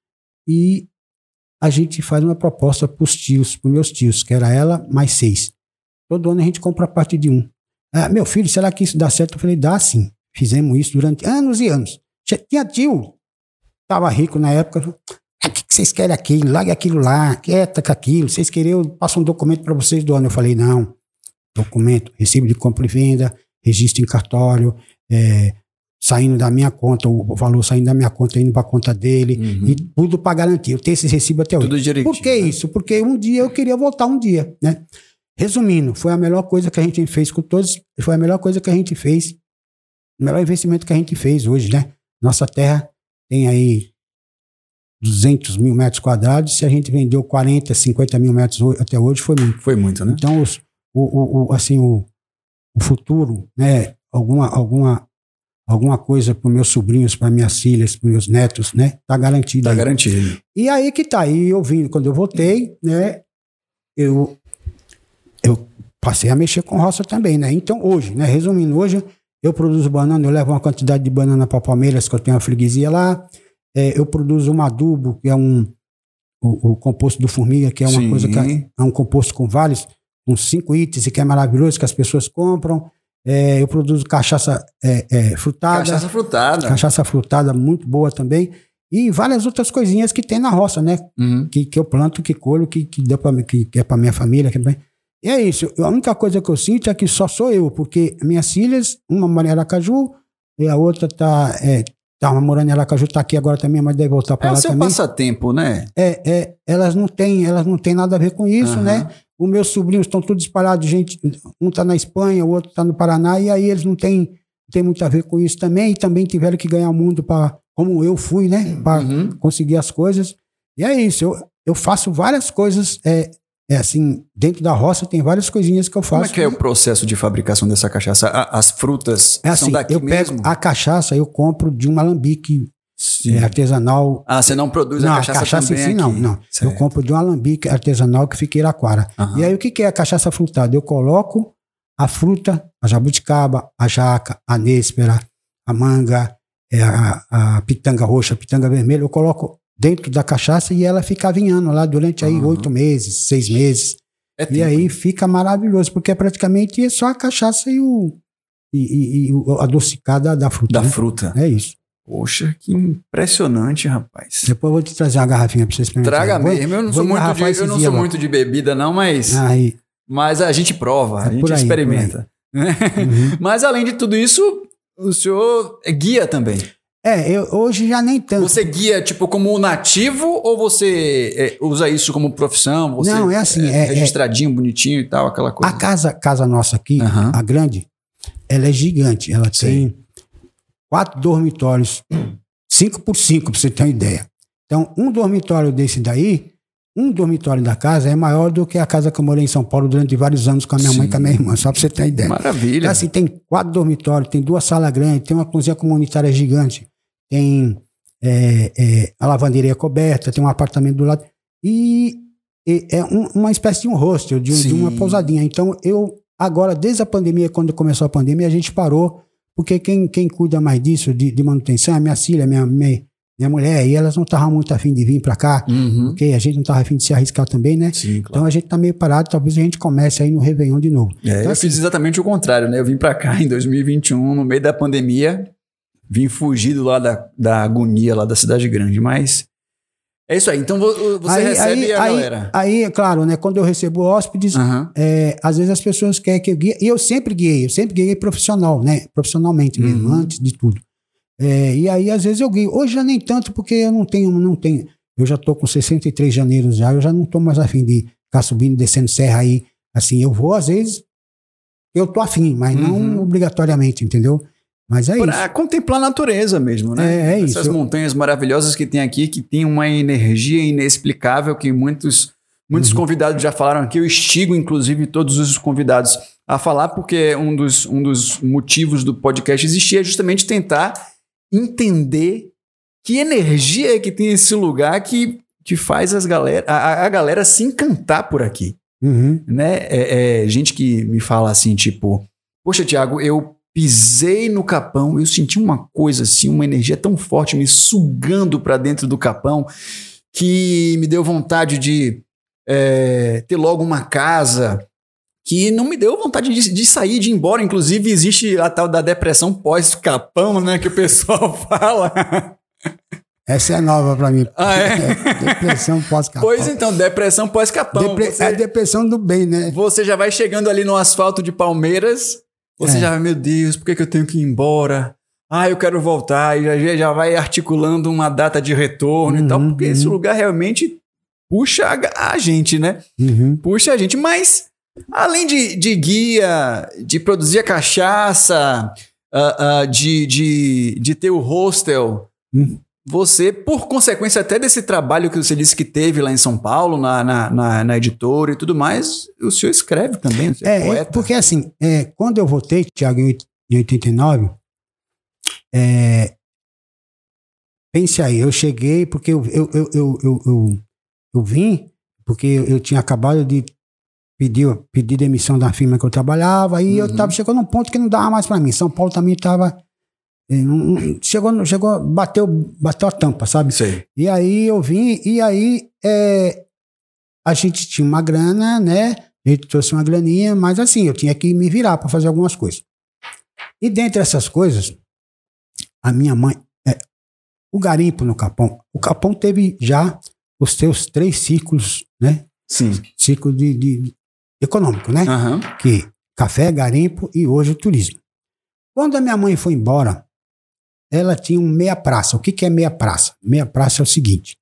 Speaker 2: e a gente faz uma proposta para os meus tios, que era ela mais 6. Todo ano a gente compra a partir de 1. Meu filho, será que isso dá certo? Eu falei, dá sim. Fizemos isso durante anos e anos. Tinha tio, estava rico na época, o que vocês querem aquilo? Largue aquilo lá, quieta com aquilo. Vocês querem, eu passo um documento para vocês do ano. Eu falei, não, documento, recibo de compra e venda, registro em cartório, saindo da minha conta, o valor saindo da minha conta, indo para a conta dele, e tudo para garantir. Eu tenho esse recibo até hoje.
Speaker 1: Tudo direitinho.
Speaker 2: Por que isso? Porque um dia eu queria voltar um dia, né? Resumindo, foi a melhor coisa que a gente fez com todos, foi a melhor coisa que a gente fez, o melhor investimento que a gente fez hoje, né? Nossa terra tem aí 200 mil metros quadrados, se a gente vendeu 40, 50 mil metros até hoje, foi muito.
Speaker 1: Foi muito, né?
Speaker 2: Então, o futuro, né? Alguma coisa para meus sobrinhos, para minhas filhas, para meus netos, né? Tá garantido.
Speaker 1: Tá
Speaker 2: aí.
Speaker 1: garantido.
Speaker 2: E aí que tá. E eu vim, quando eu voltei, né? Eu passei a mexer com roça também, né? Então, hoje, né? Resumindo, hoje eu produzo banana, eu levo uma quantidade de banana para Palmeiras, que eu tenho uma freguesia lá. Eu produzo um adubo, que é o composto do formiga, que é uma coisa que é um composto com vários, uns 5 itens, que é maravilhoso, que as pessoas compram. Eu produzo cachaça frutada.
Speaker 1: Cachaça frutada.
Speaker 2: Cachaça frutada, muito boa também. E várias outras coisinhas que tem na roça, né? Que eu planto, que colho, que é para minha família. E é isso. A única coisa que eu sinto é que só sou eu, porque minhas filhas, uma mora em Aracaju, e a outra tá morando em Aracaju, tá aqui agora também, mas deve voltar para lá também. É o seu
Speaker 1: passatempo, né?
Speaker 2: Elas não têm nada a ver com isso, né? Os meus sobrinhos estão todos espalhados, gente, um tá na Espanha, o outro tá no Paraná, e aí eles não têm muito a ver com isso também, e também tiveram que ganhar o mundo como eu fui, né? Para conseguir as coisas. E é isso, eu faço várias coisas, assim, dentro da roça tem várias coisinhas que eu faço.
Speaker 1: Como é que é o processo de fabricação dessa cachaça? As frutas são daqui
Speaker 2: eu
Speaker 1: mesmo?
Speaker 2: Pego a cachaça, eu compro de um alambique artesanal.
Speaker 1: Você não produz a cachaça também
Speaker 2: aqui? Não. Certo. Eu compro de um alambique artesanal que fica em Iraquara. E aí o que é a cachaça frutada? Eu coloco a fruta, a jabuticaba, a jaca, a nêspera, a manga, a pitanga roxa, a pitanga vermelha, eu coloco dentro da cachaça e ela fica vinhando lá durante aí 8 meses, 6 meses. E aí fica maravilhoso, porque é praticamente só a cachaça e a adocicada da fruta.
Speaker 1: Da fruta.
Speaker 2: É isso.
Speaker 1: Poxa, que impressionante, rapaz.
Speaker 2: Depois eu vou te trazer uma garrafinha pra você experimentar.
Speaker 1: Traga mesmo. Eu não sou muito de bebida, não, mas a gente prova, a gente experimenta. Mas além de tudo isso, o senhor é guia também.
Speaker 2: Eu hoje já nem tanto.
Speaker 1: Você guia, tipo, como nativo ou você usa isso como profissão? Você
Speaker 2: não, é assim.
Speaker 1: Registradinho, bonitinho e tal, aquela coisa.
Speaker 2: A casa nossa aqui, a grande, ela é gigante. Ela tem 4 dormitórios, 5x5, pra você ter uma ideia. Então, um dormitório desse daí, um dormitório da casa é maior do que a casa que eu morei em São Paulo durante vários anos com a minha mãe e com a minha irmã, só pra você ter uma ideia.
Speaker 1: Maravilha.
Speaker 2: Então, assim, tem 4 dormitórios, tem 2 salas grandes, tem uma cozinha comunitária gigante, tem a lavanderia coberta, tem um apartamento do lado, e é uma espécie de um hostel, de uma pousadinha. Então, agora, desde a pandemia, quando começou a pandemia, a gente parou, porque quem cuida mais disso, de manutenção, é minha filha, minha mulher, e elas não estavam muito afim de vir para cá, porque a gente não estava afim de se arriscar também, né?
Speaker 1: Sim, claro.
Speaker 2: Então a gente tá meio parado, talvez a gente comece aí no Réveillon de novo. Então,
Speaker 1: eu fiz exatamente o contrário, né? Eu vim para cá em 2021, no meio da pandemia, vim fugido lá da agonia lá da cidade grande, mas é isso aí. Então você recebe a galera.
Speaker 2: Aí, claro, né? Quando eu recebo hóspedes, às vezes as pessoas querem que eu guie, e eu sempre guiei profissional, né? Profissionalmente mesmo, antes de tudo. E aí, às vezes, eu guio. Hoje já nem tanto, porque eu não tenho. Eu já tô com 63 janeiros já, eu já não tô mais afim de ficar subindo, descendo serra aí. Assim, eu vou, às vezes, eu tô afim, mas não obrigatoriamente, entendeu? Mas é isso.
Speaker 1: Pra contemplar a natureza mesmo, né?
Speaker 2: Essas
Speaker 1: isso. Montanhas maravilhosas que tem aqui, que tem uma energia inexplicável, que muitos convidados já falaram aqui. Eu instigo, inclusive, todos os convidados a falar, porque um dos motivos do podcast existir é justamente tentar entender que energia é que tem esse lugar que faz a galera se encantar por aqui. Né? Gente que me fala assim, tipo, poxa, Thiago, eu pisei no Capão, eu senti uma coisa assim, uma energia tão forte me sugando para dentro do Capão, que me deu vontade de ter logo uma casa, que não me deu vontade de sair, de ir embora. Inclusive, existe a tal da depressão pós-capão, né, que o pessoal fala.
Speaker 2: Essa é nova pra mim.
Speaker 1: Ah, é?
Speaker 2: Depressão pós-capão.
Speaker 1: Pois então, depressão pós-capão.
Speaker 2: É a depressão do bem, né?
Speaker 1: Você já vai chegando ali no asfalto de Palmeiras, você já vai, meu Deus, por que eu tenho que ir embora? Ah, eu quero voltar. E já vai articulando uma data de retorno e tal, porque esse lugar realmente puxa a gente, né? Puxa a gente. Mas, além de guia, de produzir a cachaça, de ter o hostel, você, por consequência até desse trabalho que você disse que teve lá em São Paulo, na editora e tudo mais, o senhor escreve também, você é poeta.
Speaker 2: Porque assim, quando eu voltei, Thiago, em 89, pense aí, eu cheguei porque eu vim, porque eu tinha acabado de pedir demissão da firma que eu trabalhava, e eu tava chegando num ponto que não dava mais para mim. São Paulo também tava... Chegou, bateu a tampa, sabe?
Speaker 1: Sei.
Speaker 2: E aí eu vim, e aí a gente tinha uma grana, né? A gente trouxe uma graninha, mas assim, eu tinha que me virar para fazer algumas coisas. E dentre essas coisas, a minha mãe, o garimpo no Capão, o Capão teve já os seus 3 ciclos, né?
Speaker 1: Sim.
Speaker 2: Ciclo de econômico, né? Que café, garimpo e hoje o turismo. Quando a minha mãe foi embora, ela tinha um meia praça. O que é meia praça? Meia praça é o seguinte.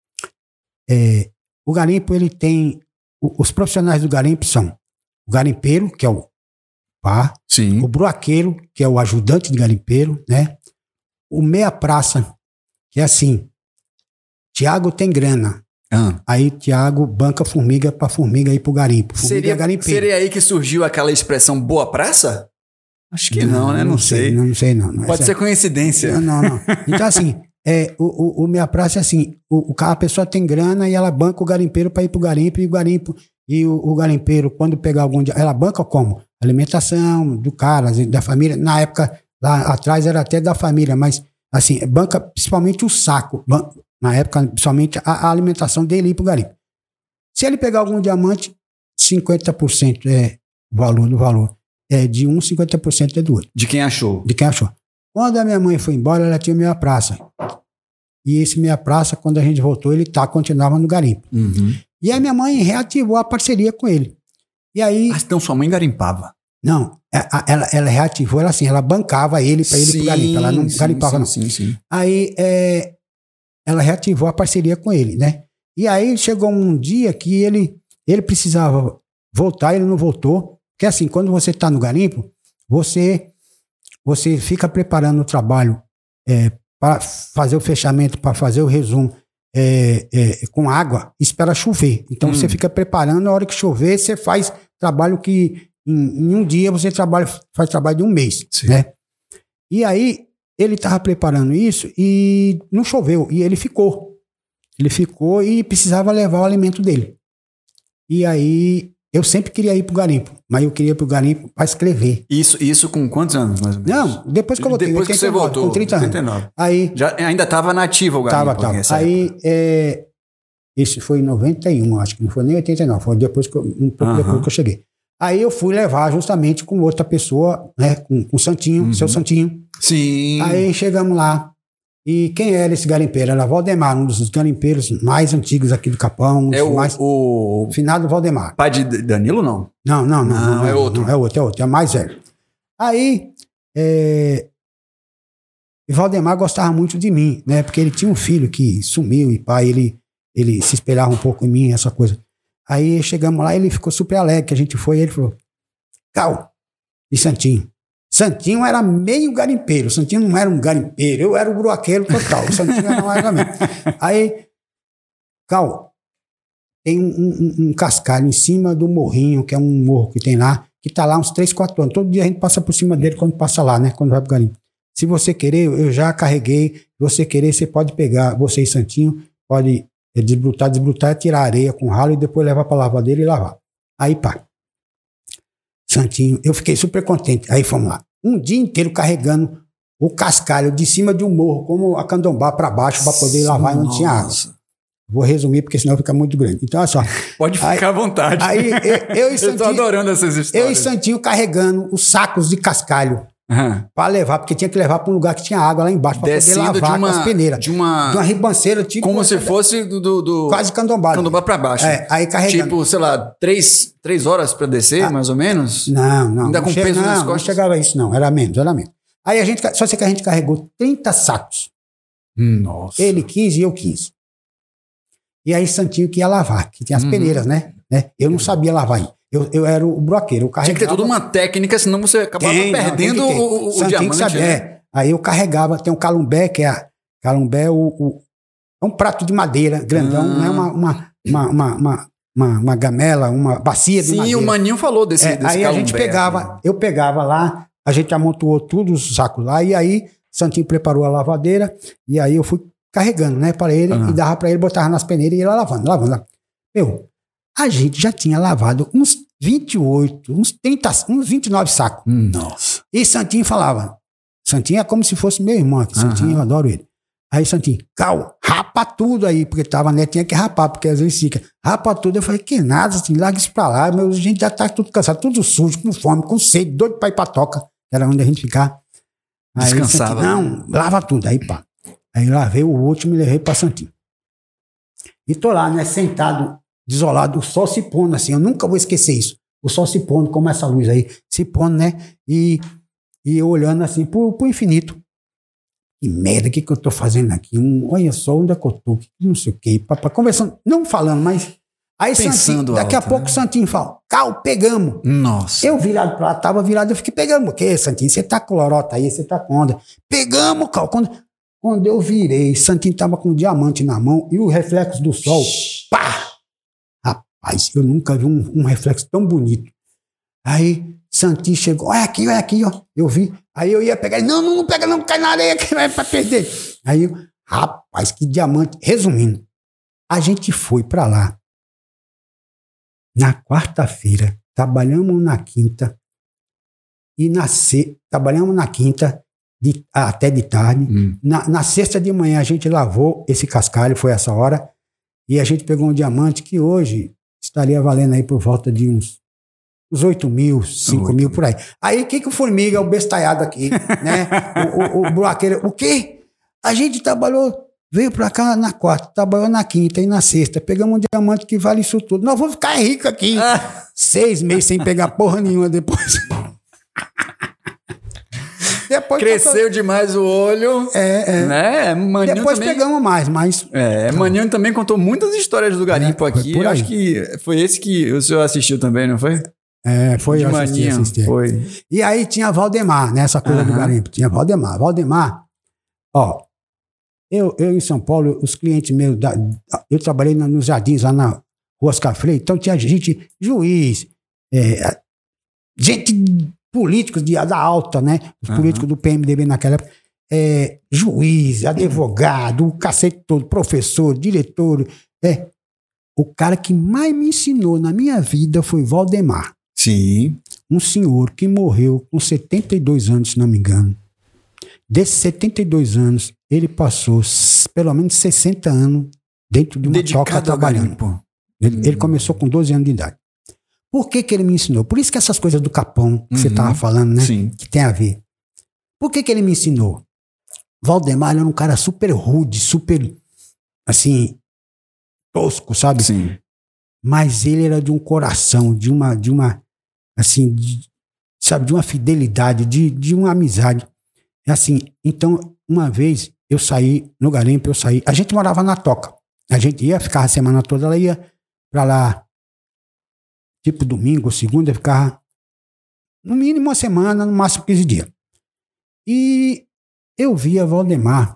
Speaker 2: O garimpo, ele tem... Os profissionais do garimpo são o garimpeiro, que é o pá.
Speaker 1: Sim.
Speaker 2: O bruaqueiro, que é o ajudante de garimpeiro, né? O meia praça, que é assim. Tiago tem grana. Aí Tiago banca formiga pra formiga ir pro garimpo.
Speaker 1: Seria aí que surgiu aquela expressão boa praça? Acho que não, né? Não sei.
Speaker 2: Não sei.
Speaker 1: Pode ser coincidência.
Speaker 2: Não. Então, assim, o meia praça é assim: a pessoa tem grana e ela banca o garimpeiro para ir pro garimpo, e o garimpeiro, quando pegar algum dia, ela banca como? Alimentação do cara, da família. Na época, lá atrás era até da família, mas, assim, banca principalmente o saco. Na época, principalmente a alimentação dele ir pro garimpo. Se ele pegar algum diamante, 50% é o valor do valor. De um, 50% é do outro.
Speaker 1: De quem achou.
Speaker 2: Quando a minha mãe foi embora, ela tinha meia praça. E esse meia praça, quando a gente voltou, ele continuava no garimpo. E a minha mãe reativou a parceria com ele. E aí...
Speaker 1: Então sua mãe garimpava?
Speaker 2: Não, ela reativou, ela bancava ele para ele ir pro garimpo. Ela não garimpava, não.
Speaker 1: Sim.
Speaker 2: Aí ela reativou a parceria com ele, né? E aí chegou um dia que ele precisava voltar, ele não voltou. Porque assim, quando você está no garimpo, você fica preparando o trabalho para fazer o fechamento, para fazer o resumo com água, espera chover. Então você fica preparando, na hora que chover, você faz trabalho que em um dia você faz trabalho de um mês. Né? E aí ele estava preparando isso e não choveu, e ele ficou. Ele ficou e precisava levar o alimento dele. E aí... Eu sempre queria ir pro garimpo, mas eu queria ir pro garimpo para escrever.
Speaker 1: Isso com quantos anos, mais ou menos?
Speaker 2: Não, depois que eu voltei.
Speaker 1: Depois que você voltou,
Speaker 2: com 30 anos.
Speaker 1: 89.
Speaker 2: Aí,
Speaker 1: ainda estava nativo o garimpo.
Speaker 2: Tava. Aí, isso foi em 91, acho que não foi nem 89, foi depois um pouco depois que eu cheguei. Aí eu fui levar justamente com outra pessoa, né, com o Santinho, seu Santinho.
Speaker 1: Sim.
Speaker 2: Aí chegamos lá. E quem era esse garimpeiro? Era Valdemar, um dos garimpeiros mais antigos aqui do Capão.
Speaker 1: O
Speaker 2: finado Valdemar.
Speaker 1: Pai de Danilo, não?
Speaker 2: Não,
Speaker 1: é outro.
Speaker 2: Não, é outro, é mais velho. Aí, Valdemar gostava muito de mim, né? Porque ele tinha um filho que sumiu e pai, ele se espelhava um pouco em mim, essa coisa. Aí chegamos lá, ele ficou super alegre, que a gente foi, e ele falou, Cal, e Santinho. Santinho era meio garimpeiro. Santinho não era um garimpeiro. Eu era o bruaqueiro total. Santinho era mais ou menos. Aí, Cal, tem um cascalho em cima do morrinho, que é um morro que tem lá, que tá lá uns 3, 4 anos. Todo dia a gente passa por cima dele quando passa lá, né? Quando vai pro garimpo. Se você querer, eu já carreguei. Se você querer, você pode pegar, você e Santinho, pode desbrutar, tirar areia com ralo e depois levar pra lavadeira e lavar. Aí, pá. Santinho, eu fiquei super contente. Aí fomos lá. Um dia inteiro carregando o cascalho de cima de um morro, como a candombá para baixo, para poder lavar e não tinha água. Vou resumir, porque senão fica muito grande. Então, olha só.
Speaker 1: Pode ficar à vontade.
Speaker 2: Aí, eu e Santinho...
Speaker 1: Eu tô adorando essas histórias.
Speaker 2: Eu e Santinho carregando os sacos de cascalho para levar, porque tinha que levar para um lugar que tinha água lá embaixo para poder lavar com as peneiras.
Speaker 1: De uma
Speaker 2: ribanceira, tipo...
Speaker 1: Como se fosse do
Speaker 2: quase candomblé.
Speaker 1: Candomblé para baixo.
Speaker 2: Aí carregando.
Speaker 1: Tipo, sei lá, 3 horas para descer, mais ou menos?
Speaker 2: Não.
Speaker 1: Ainda com peso nas costas?
Speaker 2: Não chegava a isso, não. Era menos. Aí só sei que a gente carregou 30 sacos.
Speaker 1: Nossa.
Speaker 2: Ele 15 e eu 15. E aí Santinho que ia lavar, que tinha as peneiras, né? Eu não sabia lavar aí. Eu era o broqueiro.
Speaker 1: Tinha que ter toda uma técnica, senão você acabava perdendo o diamante. Sabia,
Speaker 2: né? Aí eu carregava, tem um calumbé, que é calumbé, é um prato de madeira grandão, não é uma gamela, uma bacia de madeira. Sim,
Speaker 1: o Maninho falou desse
Speaker 2: aí
Speaker 1: calumbé.
Speaker 2: A gente eu pegava lá, a gente amontoou tudo, os sacos lá, e aí Santinho preparou a lavadeira, e aí eu fui carregando, né, para ele, e dava para ele, botava nas peneiras e ia lá lavando. A gente já tinha lavado uns 28, uns 30, uns 29 sacos.
Speaker 1: Nossa.
Speaker 2: E Santinho falava, Santinho é como se fosse meu irmão aqui, Santinho, eu adoro ele. Aí Santinho, Cal, rapa tudo aí, porque tava, né, tinha que rapar, porque às vezes fica, rapa tudo. Eu falei, que nada, assim, larga isso pra lá, a gente já tá tudo cansado, tudo sujo, com fome, com sede, doido pra ir pra toca, que era onde a gente ficava. Aí
Speaker 1: descansava.
Speaker 2: Santinho, não, lava tudo, aí pá. Aí lavei o último e levei pra Santinho. E tô lá, né, sentado, desolado, o sol se pondo assim, eu nunca vou esquecer isso. O sol se pondo, como essa luz aí, se pondo, né, e eu olhando assim pro infinito. Que merda, o que eu tô fazendo aqui? Olha só, onde é que eu tô? Não sei o quê. Papai, conversando, não falando, mas... Aí Santinho, daqui a pouco Santinho fala, Cal, pegamos.
Speaker 1: Nossa.
Speaker 2: Eu virado pra lá, tava virado, eu fiquei, pegamos o quê, Santinho? Você tá com lorota aí, você tá com onda. Pegamos, Cal. Quando eu virei, Santinho tava com um diamante na mão e o reflexo do sol, pá! Rapaz, eu nunca vi um reflexo tão bonito. Aí Santinho chegou, olha aqui, ó. Eu vi. Aí eu ia pegar ele, não pega não, cai na areia que vai pra perder. Aí, rapaz, que diamante. Resumindo, a gente foi pra lá. Na quarta-feira, trabalhamos na quinta e trabalhamos na quinta até de tarde. Na sexta de manhã a gente lavou esse cascalho, foi essa hora, e a gente pegou um diamante que hoje estaria valendo aí por volta de uns 8 mil, 5 mil por aí. Aí o que o Formiga, o bestalhado aqui, né? o buraqueiro, o quê? A gente trabalhou, veio pra cá na quarta, trabalhou na quinta e na sexta, pegamos um diamante que vale isso tudo. Nós vamos ficar ricos aqui. 6 meses sem pegar porra nenhuma depois.
Speaker 1: Cresceu demais o olho. Né? Maninho
Speaker 2: depois
Speaker 1: também...
Speaker 2: pegamos mais, mas...
Speaker 1: Maninho também contou muitas histórias do garimpo aqui. Eu acho que foi esse que o senhor assistiu também, não foi?
Speaker 2: Foi de assisti.
Speaker 1: Foi.
Speaker 2: E aí tinha Valdemar, nessa coisa do garimpo. Tinha Valdemar. Valdemar, ó, eu em São Paulo, os clientes meus, eu trabalhei nos jardins lá na Rua Oscar Freire, então tinha gente, juiz, gente, políticos da alta, né? Os políticos do PMDB naquela época, juiz, advogado, o cacete todo, professor, diretor. O cara que mais me ensinou na minha vida foi Valdemar.
Speaker 1: Sim.
Speaker 2: Um senhor que morreu com 72 anos, se não me engano. Desses 72 anos, ele passou pelo menos 60 anos dentro de uma toca trabalhando. Ele começou com 12 anos de idade. Por que ele me ensinou? Por isso que essas coisas do capão que você estava falando, né?
Speaker 1: Sim.
Speaker 2: Que tem a ver. Por que ele me ensinou? Valdemar era um cara super rude, super, assim, tosco, sabe?
Speaker 1: Sim.
Speaker 2: Mas ele era de um coração, de uma assim, sabe, de uma fidelidade, de uma amizade. É assim, então, uma vez eu saí no garimpo, a gente morava na toca. A gente ia ficar a semana toda, ela ia pra lá, tipo domingo, segunda, ficava no mínimo uma semana, no máximo 15 dias. E eu via Valdemar,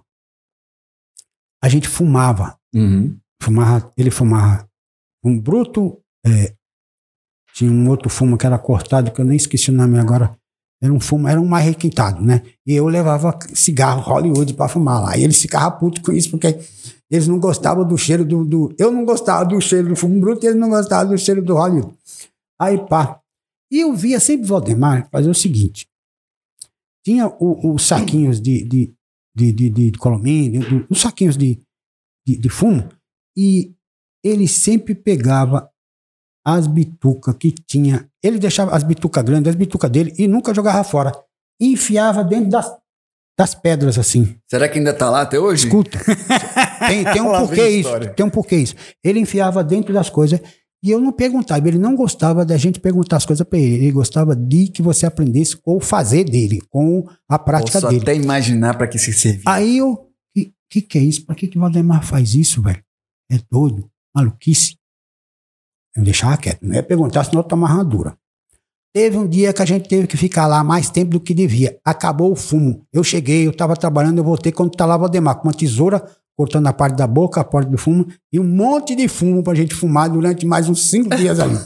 Speaker 2: a gente fumava. Ele fumava um bruto, tinha um outro fumo que era cortado, que eu nem esqueci o nome agora, era um fumo, era um mais requintado, né? E eu levava cigarro Hollywood pra fumar lá, e eles ficavam putos com isso, porque eles não gostavam do cheiro eu não gostava do cheiro do fumo bruto, e eles não gostavam do cheiro do Hollywood. Aí pá, e eu via sempre Valdemar fazer o seguinte, tinha os saquinhos de colomínio, os saquinhos de fumo, E ele sempre pegava as bitucas que tinha. Ele deixava as bitucas grandes, as bitucas dele, e nunca jogava fora. E enfiava dentro das pedras, assim.
Speaker 1: Será que ainda tá lá até hoje?
Speaker 2: Escuta. Tem um porquê isso. Tem um porquê isso. Ele enfiava dentro das coisas e eu não perguntava. Ele não gostava da gente perguntar as coisas para ele. Ele gostava de que você aprendesse com o fazer dele, com a prática
Speaker 1: Posso
Speaker 2: dele.
Speaker 1: até imaginar para que se servia.
Speaker 2: Aí eu... que é isso? Pra que o Valdemar faz isso, velho? É doido. Maluquice. Eu deixava quieto. Não ia perguntar, senão eu tomava uma dura. Teve um dia que a gente teve que ficar lá mais tempo do que devia. Acabou o fumo. Eu cheguei, eu estava trabalhando, eu voltei quando tá lá o Valdemar, com uma tesoura, cortando a parte da boca, a porta do fumo, e um monte de fumo pra gente fumar durante mais uns 5 dias ali.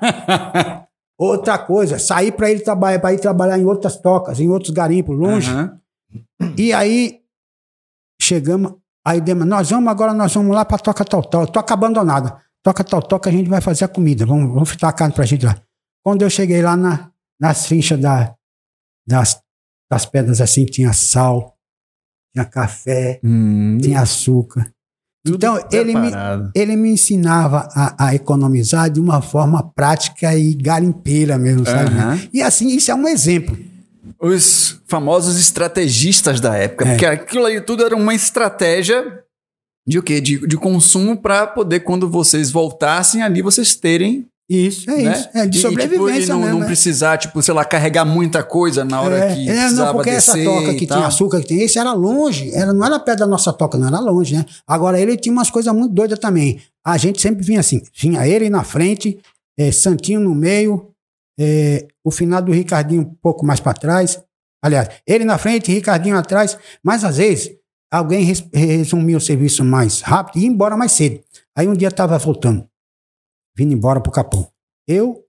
Speaker 2: Outra coisa, saí pra ele pra ir trabalhar em outras tocas, em outros garimpos, longe. E aí, chegamos, aí nós vamos lá pra toca tal, toca abandonada. Toca tal, que a gente vai fazer a comida, vamos fritar a carne pra gente lá. Quando eu cheguei lá nas trinchas das pedras assim, tinha sal, tinha café, tinha açúcar.
Speaker 1: Tudo
Speaker 2: então, ele me ensinava a economizar de uma forma prática e garimpeira mesmo, sabe? E assim, isso é um exemplo.
Speaker 1: Os famosos estrategistas da época, porque aquilo aí tudo era uma estratégia de o quê? De consumo para poder, quando vocês voltassem ali, vocês terem...
Speaker 2: Isso, é isso. É de sobrevivência
Speaker 1: mesmo. Não precisar, tipo, sei lá, carregar muita coisa na hora que precisava
Speaker 2: porque
Speaker 1: descer.
Speaker 2: Essa toca que tinha açúcar, que tem esse era longe. Não era perto da nossa toca, não era longe, né? Agora, ele tinha umas coisas muito doidas também. A gente sempre vinha assim. Vinha ele na frente, Santinho no meio, o final do Ricardinho um pouco mais para trás. Aliás, ele na frente, Ricardinho atrás. Mas, às vezes, alguém resumia o serviço mais rápido e ia embora mais cedo. Aí, um dia estava voltando. Vindo embora pro Capão. Eu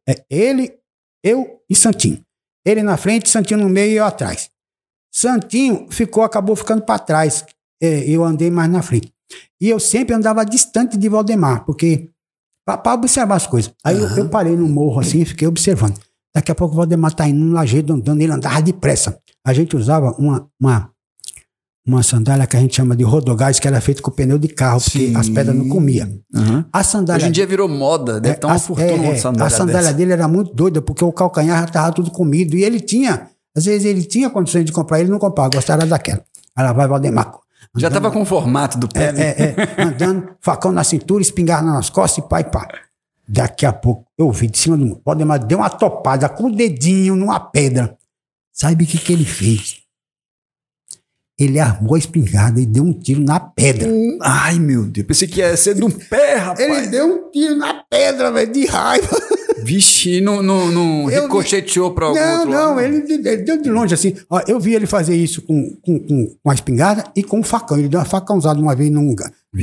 Speaker 2: e Santinho. Ele na frente, Santinho no meio e eu atrás. Santinho acabou ficando para trás. Eu andei mais na frente. E eu sempre andava distante de Valdemar, porque para observar as coisas. Aí eu parei no morro assim e fiquei observando. Daqui a pouco o Valdemar tá indo no lajedo andando, ele andava depressa. A gente usava uma sandália que a gente chama de rodogás, que era feita com pneu de carro, porque as pedras não comiam. A sandália...
Speaker 1: Hoje em dia virou moda, deve estar uma fortuna uma sandália
Speaker 2: a sandália
Speaker 1: dessa.
Speaker 2: dele era muito doida, porque o calcanhar já estava tudo comido, e ele tinha, às vezes ele tinha condições de comprar, ele não comprava, gostava daquela. Aí lá vai Valdemar.
Speaker 1: Já estava com o formato do pé.
Speaker 2: Andando, facão na cintura, espingarda nas costas e pá. Daqui a pouco, eu vi de cima do muro, Valdemar deu uma topada com o dedinho numa pedra. Sabe o que ele fez? Ele armou a espingarda e deu um tiro na pedra.
Speaker 1: Ai, meu Deus. Pensei que ia ser do pé, rapaz.
Speaker 2: Ele deu um tiro na pedra, velho, de raiva.
Speaker 1: Vixe, não ricocheteou para algum outro lado.
Speaker 2: Não, ele deu de longe assim. Ó, eu vi ele fazer isso com a espingarda e com o facão. Ele deu uma facãozada uma vez num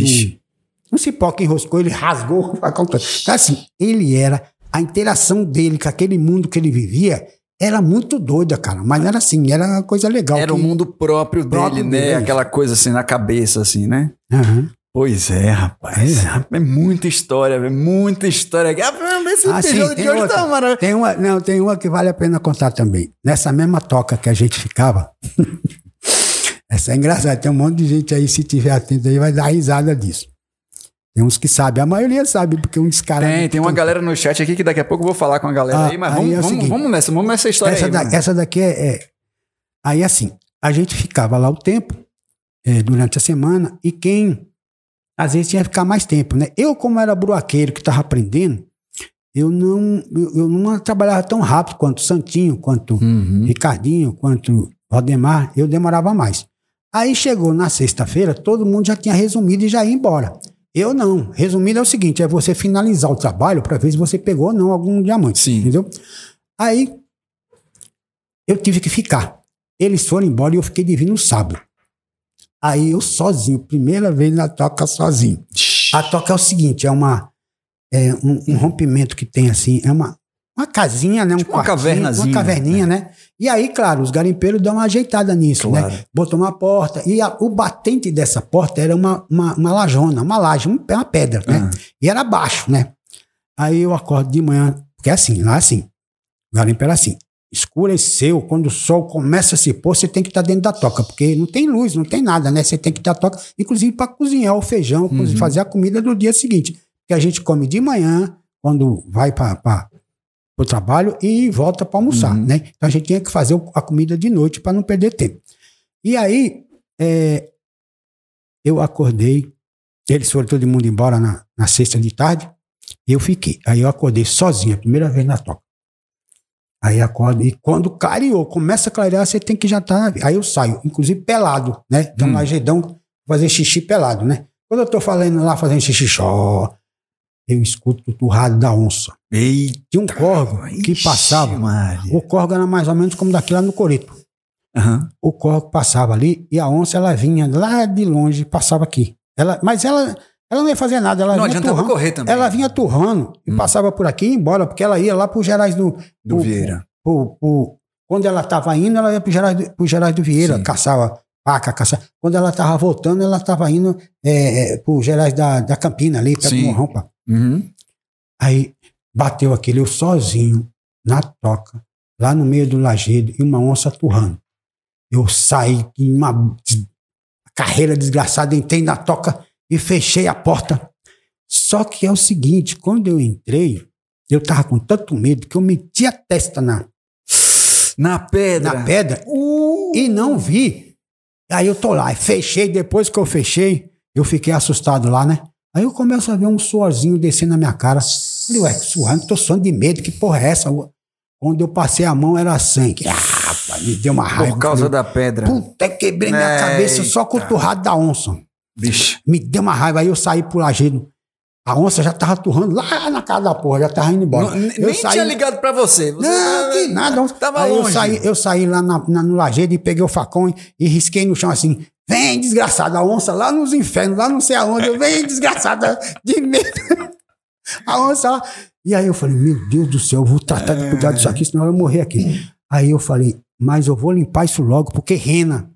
Speaker 2: cipó que enroscou, ele rasgou o facão todo. Então, assim, a interação dele com aquele mundo que ele vivia... Era muito doida, cara, mas era assim, era uma coisa legal.
Speaker 1: Era o mundo próprio dele, né? Aquela coisa assim, na cabeça, assim, né? Pois é, rapaz. É muita história, velho. Muita história. Esse tijolo de hoje tá maravilhoso.
Speaker 2: Tem uma que vale a pena contar também. Nessa mesma toca que a gente ficava, essa é engraçada, tem um monte de gente aí, se tiver atento aí, vai dar risada disso. Tem uns que sabem, a maioria sabe, porque uns caras...
Speaker 1: Tem uma galera no chat aqui que daqui a pouco eu vou falar com a galera aí, mas vamos nessa história aí.
Speaker 2: Essa daqui Aí assim, a gente ficava lá o tempo, durante a semana, e quem às vezes tinha que ficar mais tempo, né? Eu, como era bruaqueiro que estava aprendendo, eu não trabalhava tão rápido quanto Santinho, quanto Ricardinho, quanto Valdemar, eu demorava mais. Aí chegou na sexta-feira, todo mundo já tinha resumido e já ia embora. Eu não. Resumindo é o seguinte, é você finalizar o trabalho para ver se você pegou ou não algum diamante.
Speaker 1: Sim.
Speaker 2: Entendeu? Aí, eu tive que ficar. Eles foram embora e eu fiquei divino no sábado. Aí eu sozinho, primeira vez na toca sozinho. A toca é o seguinte, é um rompimento que tem assim, é uma casinha, né?
Speaker 1: Tipo uma cavernazinha.
Speaker 2: Uma caverninha, né? E aí, claro, os garimpeiros dão uma ajeitada nisso, claro, né? Botou uma porta. E o batente dessa porta era uma lajona, uma laje, uma pedra, né? E era baixo, né? Aí eu acordo de manhã, porque é assim, lá assim. O garimpo era assim. escureceu, quando o sol começa a se pôr, você tem que estar dentro da toca, porque não tem luz, não tem nada, né? Você tem que estar na toca, inclusive para cozinhar o feijão, fazer a comida do dia seguinte. Que a gente come de manhã, quando vai para o trabalho e volta para almoçar, né? Então a gente tinha que fazer a comida de noite para não perder tempo. E aí, eu acordei, eles foram todo mundo embora na sexta de tarde, e eu fiquei. Aí eu acordei sozinho, a primeira vez na toca. Aí acordo, e quando clareou, começa a clarear, você tem que já estar. Aí eu saio, inclusive pelado, né? Então, lagedão, fazer xixi pelado, né? Quando eu tô falando lá, fazendo xixi, eu escuto o turrado da onça.
Speaker 1: Eita,
Speaker 2: tinha um corvo que passava. Maria. O corvo era mais ou menos como daqui lá no Coreto. O corvo passava ali e a onça, ela vinha lá de longe, passava aqui. Mas ela não ia fazer nada. Ela
Speaker 1: não adiantava correr também.
Speaker 2: Ela vinha turrando e passava por aqui e ia embora, porque ela ia lá pro Gerais do
Speaker 1: Vieira.
Speaker 2: Quando ela estava indo, ela ia pro Gerais do Vieira, sim, caçava vaca, caçava. Quando ela estava voltando, ela estava indo pro Gerais da Campina, ali, perto do Morrão, pá. Aí bateu aquele, eu sozinho, na toca, lá no meio do lajedo, e uma onça turrando. Eu saí em uma carreira desgraçada, entrei na toca e fechei a porta. Só que é o seguinte, quando eu entrei, eu tava com tanto medo que eu meti a testa na pedra e não vi. Aí eu tô lá, fechei, depois que eu fechei, eu fiquei assustado lá, né? Aí eu começo a ver um suorzinho descendo na minha cara. Falei, ué, suando, tô suando de medo, que porra é essa? Quando eu passei a mão, era sangue. Me deu uma raiva.
Speaker 1: Por causa da pedra.
Speaker 2: Puta, quebrei minha cabeça só com o turrado da onça.
Speaker 1: Vixe.
Speaker 2: Me deu uma raiva, aí eu saí pro lajedo. A onça já tava turrando lá na casa da porra, já tava indo embora.
Speaker 1: Nem tinha ligado pra você.
Speaker 2: Não, que nada.
Speaker 1: Tava
Speaker 2: aí
Speaker 1: longe.
Speaker 2: Eu saí lá no lajedo e peguei o facão e risquei no chão assim. Vem, desgraçada, a onça lá nos infernos, lá não sei aonde. Vem, desgraçada, de medo. A onça lá. E aí eu falei, meu Deus do céu, eu vou tratar de cuidar disso aqui, senão eu vou morrer aqui. Aí eu falei, mas eu vou limpar isso logo, porque Rena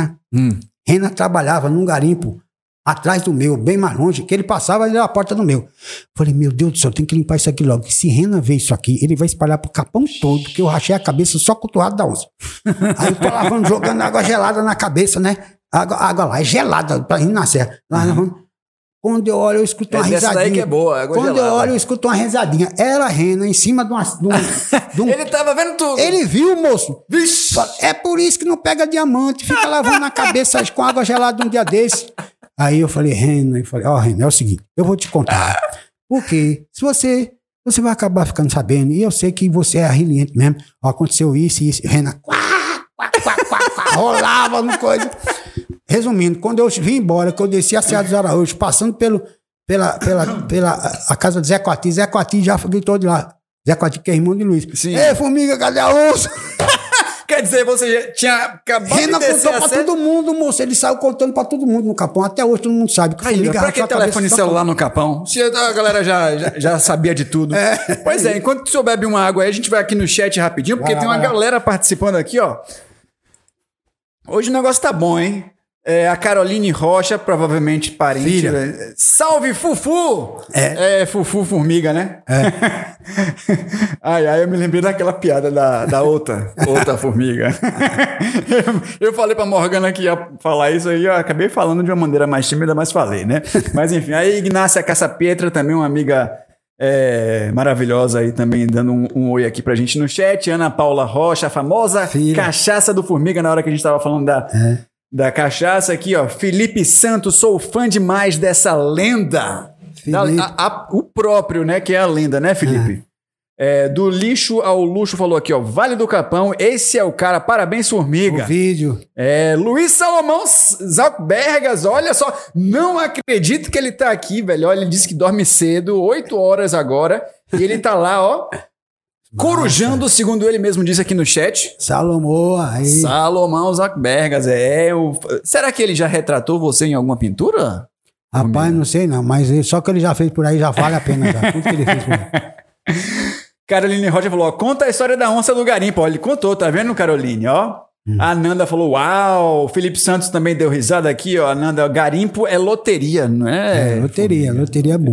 Speaker 2: trabalhava num garimpo atrás do meu, bem mais longe, que ele passava ali na porta do meu. Falei, meu Deus do céu, tem que limpar isso aqui logo. Se Rena ver isso aqui, ele vai espalhar pro capão todo, que eu rachei a cabeça só com o turrado da onça. Aí eu tô lavando, jogando água gelada na cabeça, né? Água lá, é gelada, pra ir na serra. Quando eu olho, eu escuto uma risadinha. Essa daí que
Speaker 1: é boa, água
Speaker 2: gelada. Quando eu olho, eu escuto uma risadinha. Era a Rena em cima de um...
Speaker 1: Ele tava vendo tudo.
Speaker 2: Ele viu, moço.
Speaker 1: Vixe.
Speaker 2: É por isso que não pega diamante, fica lavando a cabeça com água gelada um dia desse. Aí eu falei, Rena, Rena, é o seguinte, eu vou te contar. Porque se você vai acabar ficando sabendo, e eu sei que você é arreliente mesmo. Aconteceu isso e isso. Rena, rolava no coisa. Resumindo, quando eu vim embora, que eu desci a Serra dos Araújos, passando pela a casa de Zé Coati já gritou de lá. Zé Coati, que é irmão de Luiz.
Speaker 1: Sim.
Speaker 2: Ei, formiga, cadê a onça?
Speaker 1: Quer dizer, você já tinha acabado
Speaker 2: Rena
Speaker 1: de descer
Speaker 2: contou pra todo mundo, moço. Ele saiu contando pra todo mundo no Capão. Até hoje todo mundo sabe.
Speaker 1: Aí, pra que telefone celular no Capão? Se a galera já sabia de tudo. Pois é, enquanto o senhor bebe uma água aí, a gente vai aqui no chat rapidinho, porque tem uma galera participando aqui, ó. Hoje o negócio tá bom, hein? A Caroline Rocha, provavelmente parente. Filha. Salve, Fufu! Fufu Formiga, né? Ai, eu me lembrei daquela piada da outra formiga. Eu falei pra Morgana que ia falar isso aí, eu acabei falando de uma maneira mais tímida, mas falei, né? Mas enfim, aí Ignácia Caçapietra, também uma amiga maravilhosa aí, também dando um oi aqui pra gente no chat. Ana Paula Rocha, a famosa cachaça do Formiga, na hora que a gente tava falando da cachaça aqui, ó. Felipe Santos, sou fã demais dessa lenda. O próprio, né? Que é a lenda, né, Felipe? Do lixo ao luxo falou aqui, ó. Vale do Capão, esse é o cara. Parabéns, Formiga.
Speaker 2: O vídeo.
Speaker 1: Luiz Salomão Zalbergas, olha só. Não acredito que ele tá aqui, velho. Olha, ele disse que dorme cedo, 8 horas agora. E ele tá lá, ó. Corujando, segundo ele mesmo disse aqui no chat.
Speaker 2: Salomão
Speaker 1: Zalbergas, Será que ele já retratou você em alguma pintura?
Speaker 2: Rapaz, não sei não, mas só que ele já fez por aí já vale a pena já. Tudo que ele fez por aí.
Speaker 1: Caroline Rocha falou, ó, conta a história da onça do garimpo. Ó, ele contou, tá vendo, Caroline? Ó. A Nanda falou, uau. Felipe Santos também deu risada aqui, ó. A Nanda, garimpo é loteria, não é?
Speaker 2: Loteria boa.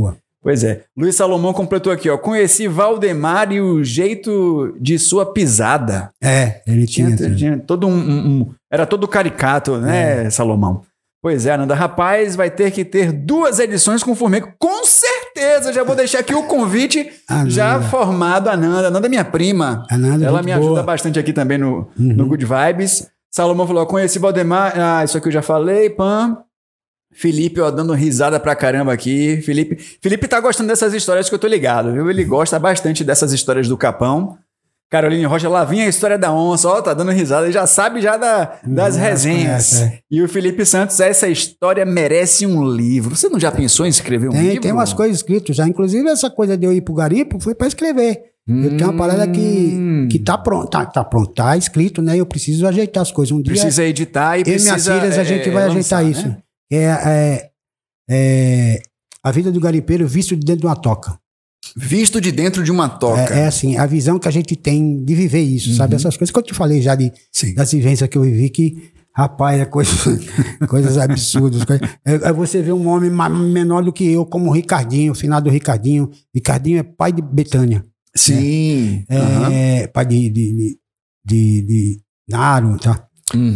Speaker 1: Pois é. Luiz Salomão completou aqui, ó. Conheci Valdemar e o jeito de sua pisada.
Speaker 2: Ele tinha
Speaker 1: todo era todo caricato, né, Salomão? Pois é, Ananda. Rapaz, vai ter que ter 2 edições com o Formiga. Com certeza! Já vou deixar aqui o convite já formado, Ananda. Ananda é minha prima. Ela me ajuda bastante aqui também no Good Vibes. Salomão falou, conheci Valdemar. Isso aqui eu já falei, Pam. Felipe, ó, dando risada pra caramba aqui. Felipe tá gostando dessas histórias que eu tô ligado, viu? Ele gosta bastante dessas histórias do Capão. Caroline Rocha, lá vinha a história da onça, ó, tá dando risada, ele já sabe já das resenhas. E o Felipe Santos, essa história merece um livro. Você não já pensou em escrever um livro?
Speaker 2: Tem umas coisas escritas já, inclusive essa coisa de eu ir pro garimpo foi pra escrever. Eu tenho uma parada que tá pronta, tá escrito, né? Eu preciso ajeitar as coisas. Um dia
Speaker 1: precisa editar e precisa...
Speaker 2: Eu e minhas filhas, a gente vai lançar, ajeitar isso. Né? A vida do garimpeiro visto de dentro de uma toca.
Speaker 1: Visto de dentro de uma toca.
Speaker 2: É assim, a visão que a gente tem de viver isso, sabe? Essas coisas que eu te falei já das vivências que eu vivi, que, rapaz, é coisas absurdas. Você vê um homem menor do que eu, como o Ricardinho, o finado Ricardinho. Ricardinho é pai de Betânia.
Speaker 1: Sim.
Speaker 2: Pai de Naro, tá?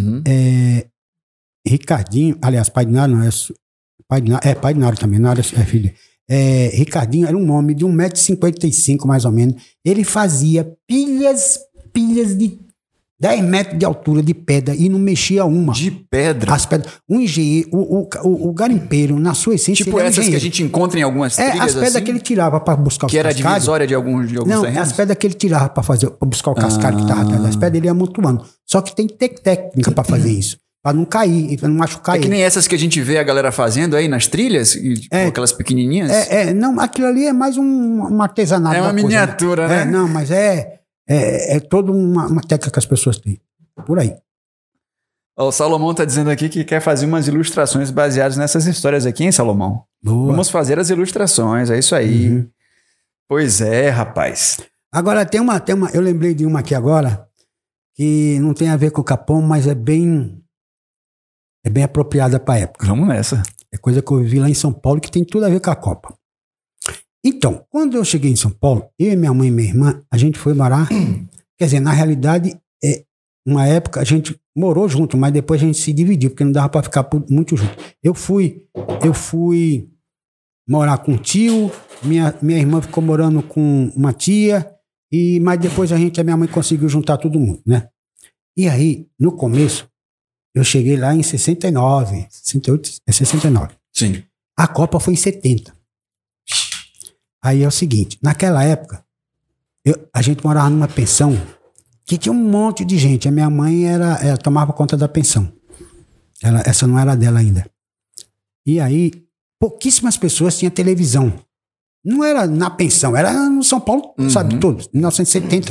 Speaker 2: Ricardinho, aliás, pai de Naro não é... Pai de Naro também, Naro é filho. Ricardinho era um homem de 1,55 m mais ou menos. Ele fazia pilhas de 10 metros de altura de pedra e não mexia uma.
Speaker 1: De pedra?
Speaker 2: As pedras. Um engenheiro, o garimpeiro, na sua essência,
Speaker 1: tipo essas que a gente encontra em algumas trilhas,
Speaker 2: as pedras
Speaker 1: assim?
Speaker 2: Que ele tirava para buscar os cascalhos.
Speaker 1: Que era divisória de alguns
Speaker 2: não,
Speaker 1: terrenos?
Speaker 2: As pedras que ele tirava para buscar o cascalho que estava atrás das pedras, ele ia amontoando. Só que tem que ter técnica para fazer isso. Pra não cair, pra não machucar ele.
Speaker 1: É que nem essas que a gente vê a galera fazendo aí nas trilhas, tipo, aquelas pequenininhas.
Speaker 2: Não, aquilo ali é mais um artesanato.
Speaker 1: É uma miniatura,
Speaker 2: coisa,
Speaker 1: né?
Speaker 2: Não, mas é toda uma técnica que as pessoas têm. Por aí.
Speaker 1: O Salomão tá dizendo aqui que quer fazer umas ilustrações baseadas nessas histórias aqui, hein, Salomão?
Speaker 2: Boa.
Speaker 1: Vamos fazer as ilustrações, é isso aí. Pois é, rapaz.
Speaker 2: Agora, tem uma... Eu lembrei de uma aqui agora, que não tem a ver com o Capão, mas é bem apropriada para a época.
Speaker 1: Vamos nessa.
Speaker 2: É coisa que eu vivi lá em São Paulo que tem tudo a ver com a Copa. Então, quando eu cheguei em São Paulo, eu e minha mãe e minha irmã, a gente foi morar... Quer dizer, na realidade, uma época a gente morou junto, mas depois a gente se dividiu, porque não dava para ficar muito junto. Eu fui morar com um tio, minha irmã ficou morando com uma tia, mas depois a minha mãe conseguiu juntar todo mundo, né? E aí, no começo, eu cheguei lá em 69, 68, 69.
Speaker 1: Sim.
Speaker 2: A Copa foi em 70. Aí é o seguinte, naquela época, a gente morava numa pensão que tinha um monte de gente. A minha mãe ela tomava conta da pensão. Essa não era dela ainda. E aí, pouquíssimas pessoas tinham televisão. Não era na pensão, era no São Paulo, sabe, todos, 1970.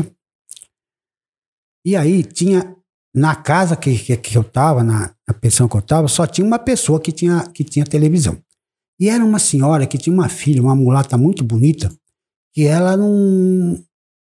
Speaker 2: E aí tinha... Na casa que eu tava, na pensão que eu tava, só tinha uma pessoa que tinha televisão. E era uma senhora que tinha uma filha, uma mulata muito bonita, que ela não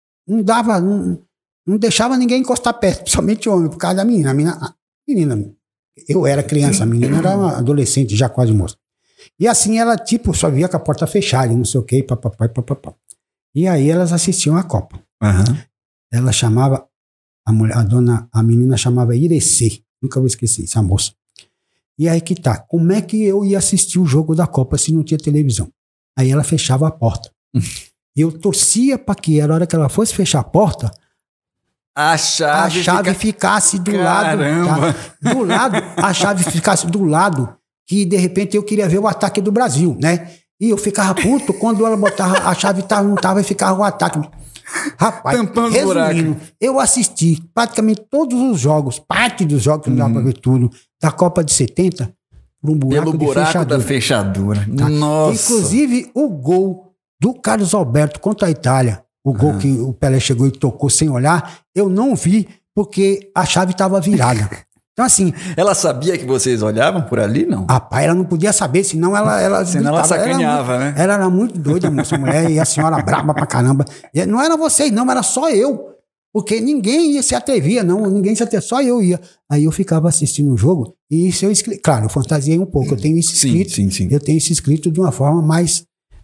Speaker 2: deixava ninguém encostar perto, principalmente homem, por causa da menina. Menina, eu era criança, a menina era uma adolescente, já quase moça. E assim ela, tipo, só via com a porta fechada, não sei o quê, papapá. E aí elas assistiam a Copa. Ela chamava... A menina chamava Irecê. Nunca vou esquecer essa moça. E aí que tá. Como é que eu ia assistir o jogo da Copa se não tinha televisão? Aí ela fechava a porta. Eu torcia para que a hora que ela fosse fechar a porta, a chave ficasse do lado. Tá? Do lado, a chave ficasse do lado, que de repente eu queria ver o ataque do Brasil, né? E eu ficava puto quando ela botava, a chave não tava e ficava o ataque. Rapaz, resumindo, eu assisti praticamente todos os jogos, parte dos jogos, não dá pra ver tudo, da Copa de 70, por um buraco,
Speaker 1: pelo buraco da fechadura.
Speaker 2: Tá?
Speaker 1: Nossa.
Speaker 2: Inclusive, o gol do Carlos Alberto contra a Itália, o gol que o Pelé chegou e tocou sem olhar, eu não vi porque a chave estava virada. Então, assim...
Speaker 1: Ela sabia que vocês olhavam por ali, não?
Speaker 2: Rapaz, ela não podia saber, senão ela
Speaker 1: senão ela sacaneava, né?
Speaker 2: Ela era muito doida, essa mulher, e a senhora braba pra caramba. E não era vocês, não, era só eu. Porque ninguém se atrevia, só eu ia. Aí eu ficava assistindo o jogo, e isso claro, eu fantasiei um pouco, eu tenho isso escrito.
Speaker 1: Sim.
Speaker 2: Eu tenho isso escrito de uma forma mais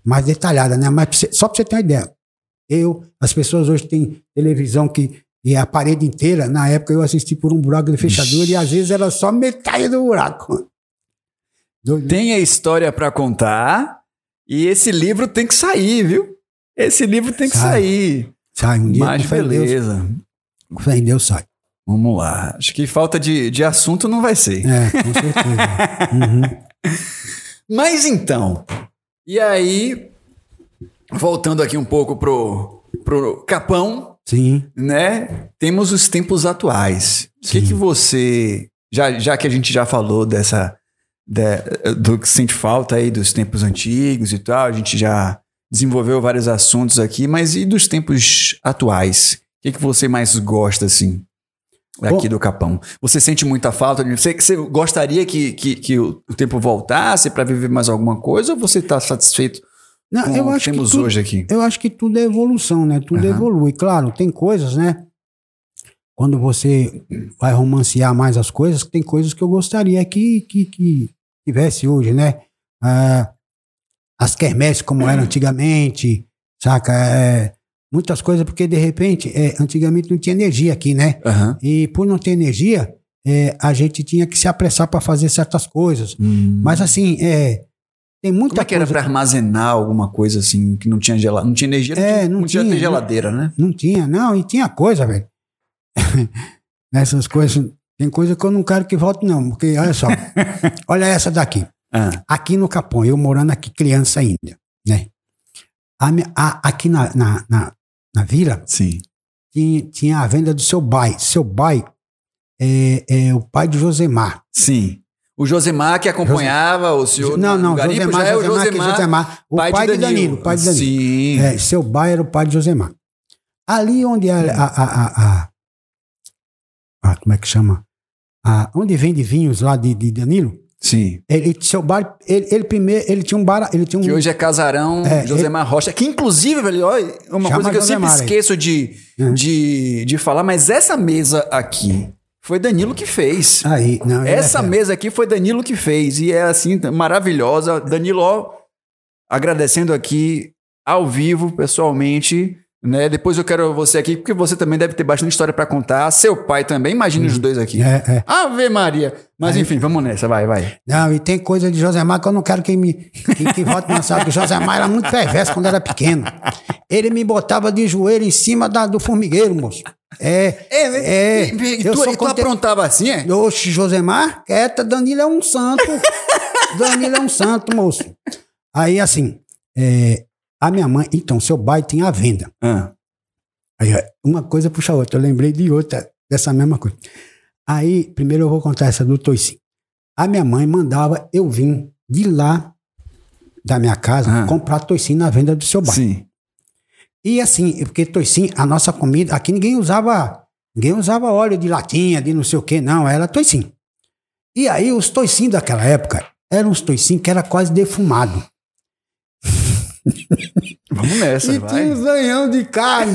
Speaker 2: mais detalhada, né? Mas só pra você ter uma ideia. As pessoas hoje têm televisão que é a parede inteira. Na época eu assisti por um buraco de fechadura e às vezes era só metade do buraco.
Speaker 1: Tem a história pra contar e esse livro tem que sair, viu? Esse livro tem que sair.
Speaker 2: Sai um dia.
Speaker 1: Mas beleza.
Speaker 2: Com fé em Deus sai.
Speaker 1: Vamos lá. Acho que falta de assunto não vai ser.
Speaker 2: Com certeza.
Speaker 1: Mas então, e aí, voltando aqui um pouco pro Capão,
Speaker 2: sim,
Speaker 1: né? Temos os tempos atuais. O que você, já que a gente já falou do que sente falta aí dos tempos antigos e tal, a gente já desenvolveu vários assuntos aqui, mas e dos tempos atuais? O que você mais gosta, assim, daqui do Capão? Você sente muita falta? Você gostaria que o tempo voltasse para viver mais alguma coisa ou você está satisfeito com o que temos hoje aqui?
Speaker 2: Eu acho que tudo é evolução, né? Tudo evolui. Claro, tem coisas, né? Quando você vai romancear mais as coisas, tem coisas que eu gostaria que tivesse hoje, né? As quermesses como era antigamente, saca? Muitas coisas, porque de repente, antigamente não tinha energia aqui, né? E por não ter energia, a gente tinha que se apressar para fazer certas coisas. Mas assim, tem muita coisa...
Speaker 1: Como é que era para armazenar alguma coisa assim, que não tinha geladeira? Não tinha energia, não tinha ter geladeira, né?
Speaker 2: Não tinha, não. E tinha coisa, velho. Nessas coisas, tem coisa que eu não quero que volte, não. Porque, olha só, olha essa daqui. Aqui no Capão, eu morando aqui criança ainda, né? Aqui na vila,
Speaker 1: sim,
Speaker 2: tinha a venda do seu pai. Seu pai é o pai de Josemar.
Speaker 1: Sim. O Josemar que acompanhava o senhor
Speaker 2: no garimpo,
Speaker 1: Josemar, já é o Josemar,
Speaker 2: o pai de Danilo. O pai de Danilo.
Speaker 1: Sim.
Speaker 2: Seu pai era o pai de Josemar. Ali onde como é que chama? Onde vende vinhos lá de Danilo.
Speaker 1: Sim.
Speaker 2: Seu bar, ele primeiro, ele tinha um bar,
Speaker 1: que hoje é Casarão Josemar Rocha, que inclusive, velho, olha, uma coisa que eu sempre esqueço de falar, mas essa mesa aqui foi Danilo que fez. Essa mesa aqui foi Danilo que fez e é assim, maravilhosa. Danilo, ó, agradecendo aqui ao vivo, pessoalmente, né? Depois eu quero você aqui, porque você também deve ter bastante história para contar. Seu pai também, imagine os dois aqui. Ave Maria. Mas enfim, vamos nessa, vai.
Speaker 2: Não, e tem coisa de Josemar que eu não quero que volte na sala, que Josemar era muito perverso quando era pequeno. Ele me botava de joelho em cima do formigueiro, moço.
Speaker 1: Tu aprontava assim, é?
Speaker 2: Oxe, Josemar, quieta, Danilo é um santo. Danilo é um santo, moço. Aí, assim, a minha mãe, então, seu pai tinha a venda. Aí, uma coisa puxa a outra. Eu lembrei de outra, dessa mesma coisa. Aí, primeiro eu vou contar essa do toicinho. A minha mãe mandava eu vir de lá da minha casa comprar toicinho na venda do seu pai.
Speaker 1: Sim.
Speaker 2: E assim, porque toicinho, a nossa comida, aqui ninguém usava óleo de latinha, de não sei o que, não, era toicinho. E aí, os toicinhos daquela época, eram uns toicinhos que era quase defumado.
Speaker 1: Vamos nessa, vai.
Speaker 2: Tinha um zanhão de carne.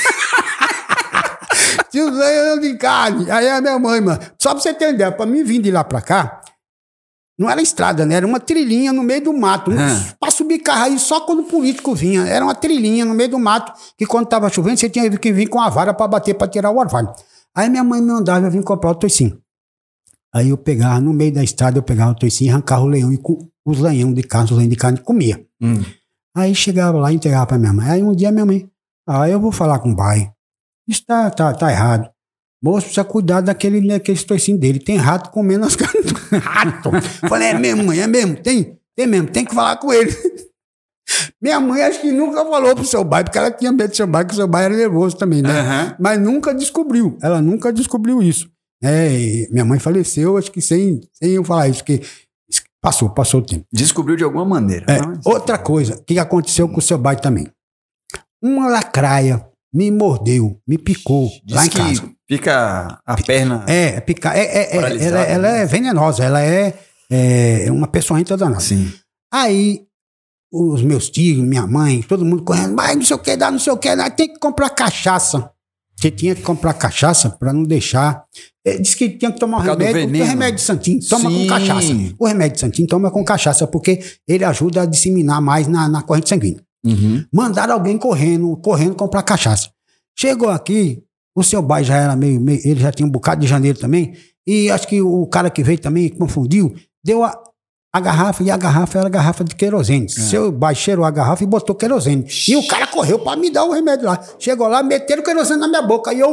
Speaker 2: Tinha um zanhão de carne. Aí a minha mãe, mano, só pra você ter uma ideia, pra mim vir de lá pra cá, não era estrada, né? Era uma trilhinha no meio do mato. Pra subir carro aí só quando o político vinha. Era uma trilhinha no meio do mato, que quando tava chovendo, você tinha que vir com a vara pra bater, pra tirar o orvalho. Aí minha mãe me mandava, eu vim comprar o toicinho. Aí eu pegava, no meio da estrada, eu pegava o toicinho, arrancava o leão e os leão de carne comia. Aí chegava lá e entregava pra minha mãe. Aí um dia minha mãe, eu vou falar com o pai. Isso tá errado. Moço, precisa cuidar daqueles toicinhos dele. Tem rato comendo as carnes do rato. Falei, é mesmo, mãe? É mesmo? Tem mesmo, tem que falar com ele. Minha mãe acho que nunca falou pro seu pai, porque ela tinha medo do seu pai, que o seu pai era nervoso também, né? Mas nunca descobriu. Ela nunca descobriu isso. Minha mãe faleceu, acho que sem eu falar isso, porque passou o tempo.
Speaker 1: Descobriu de alguma maneira.
Speaker 2: Outra coisa, que aconteceu com o seu pai também. Uma lacraia me mordeu, me picou lá em casa.
Speaker 1: Fica a perna...
Speaker 2: Ela é venenosa, ela é uma peçonhenta danada.
Speaker 1: Sim.
Speaker 2: Aí, os meus tios, minha mãe, todo mundo correndo, mas não sei o que, dá não sei o que, tem que comprar cachaça. Você tinha que comprar cachaça para não deixar. Diz que tinha que tomar um remédio. O remédio de Santinho toma com cachaça. O remédio de Santinho toma com cachaça, porque ele ajuda a disseminar mais na corrente sanguínea. Mandaram alguém correndo comprar cachaça. Chegou aqui, o seu pai já era meio. Ele já tinha um bocado de janeiro também. E acho que o cara que veio também confundiu, deu a garrafa, e a garrafa era garrafa de querosene. Seu pai cheirou a garrafa e botou querosene. E o cara correu pra me dar o remédio lá. Chegou lá, meteram querosene na minha boca. E eu...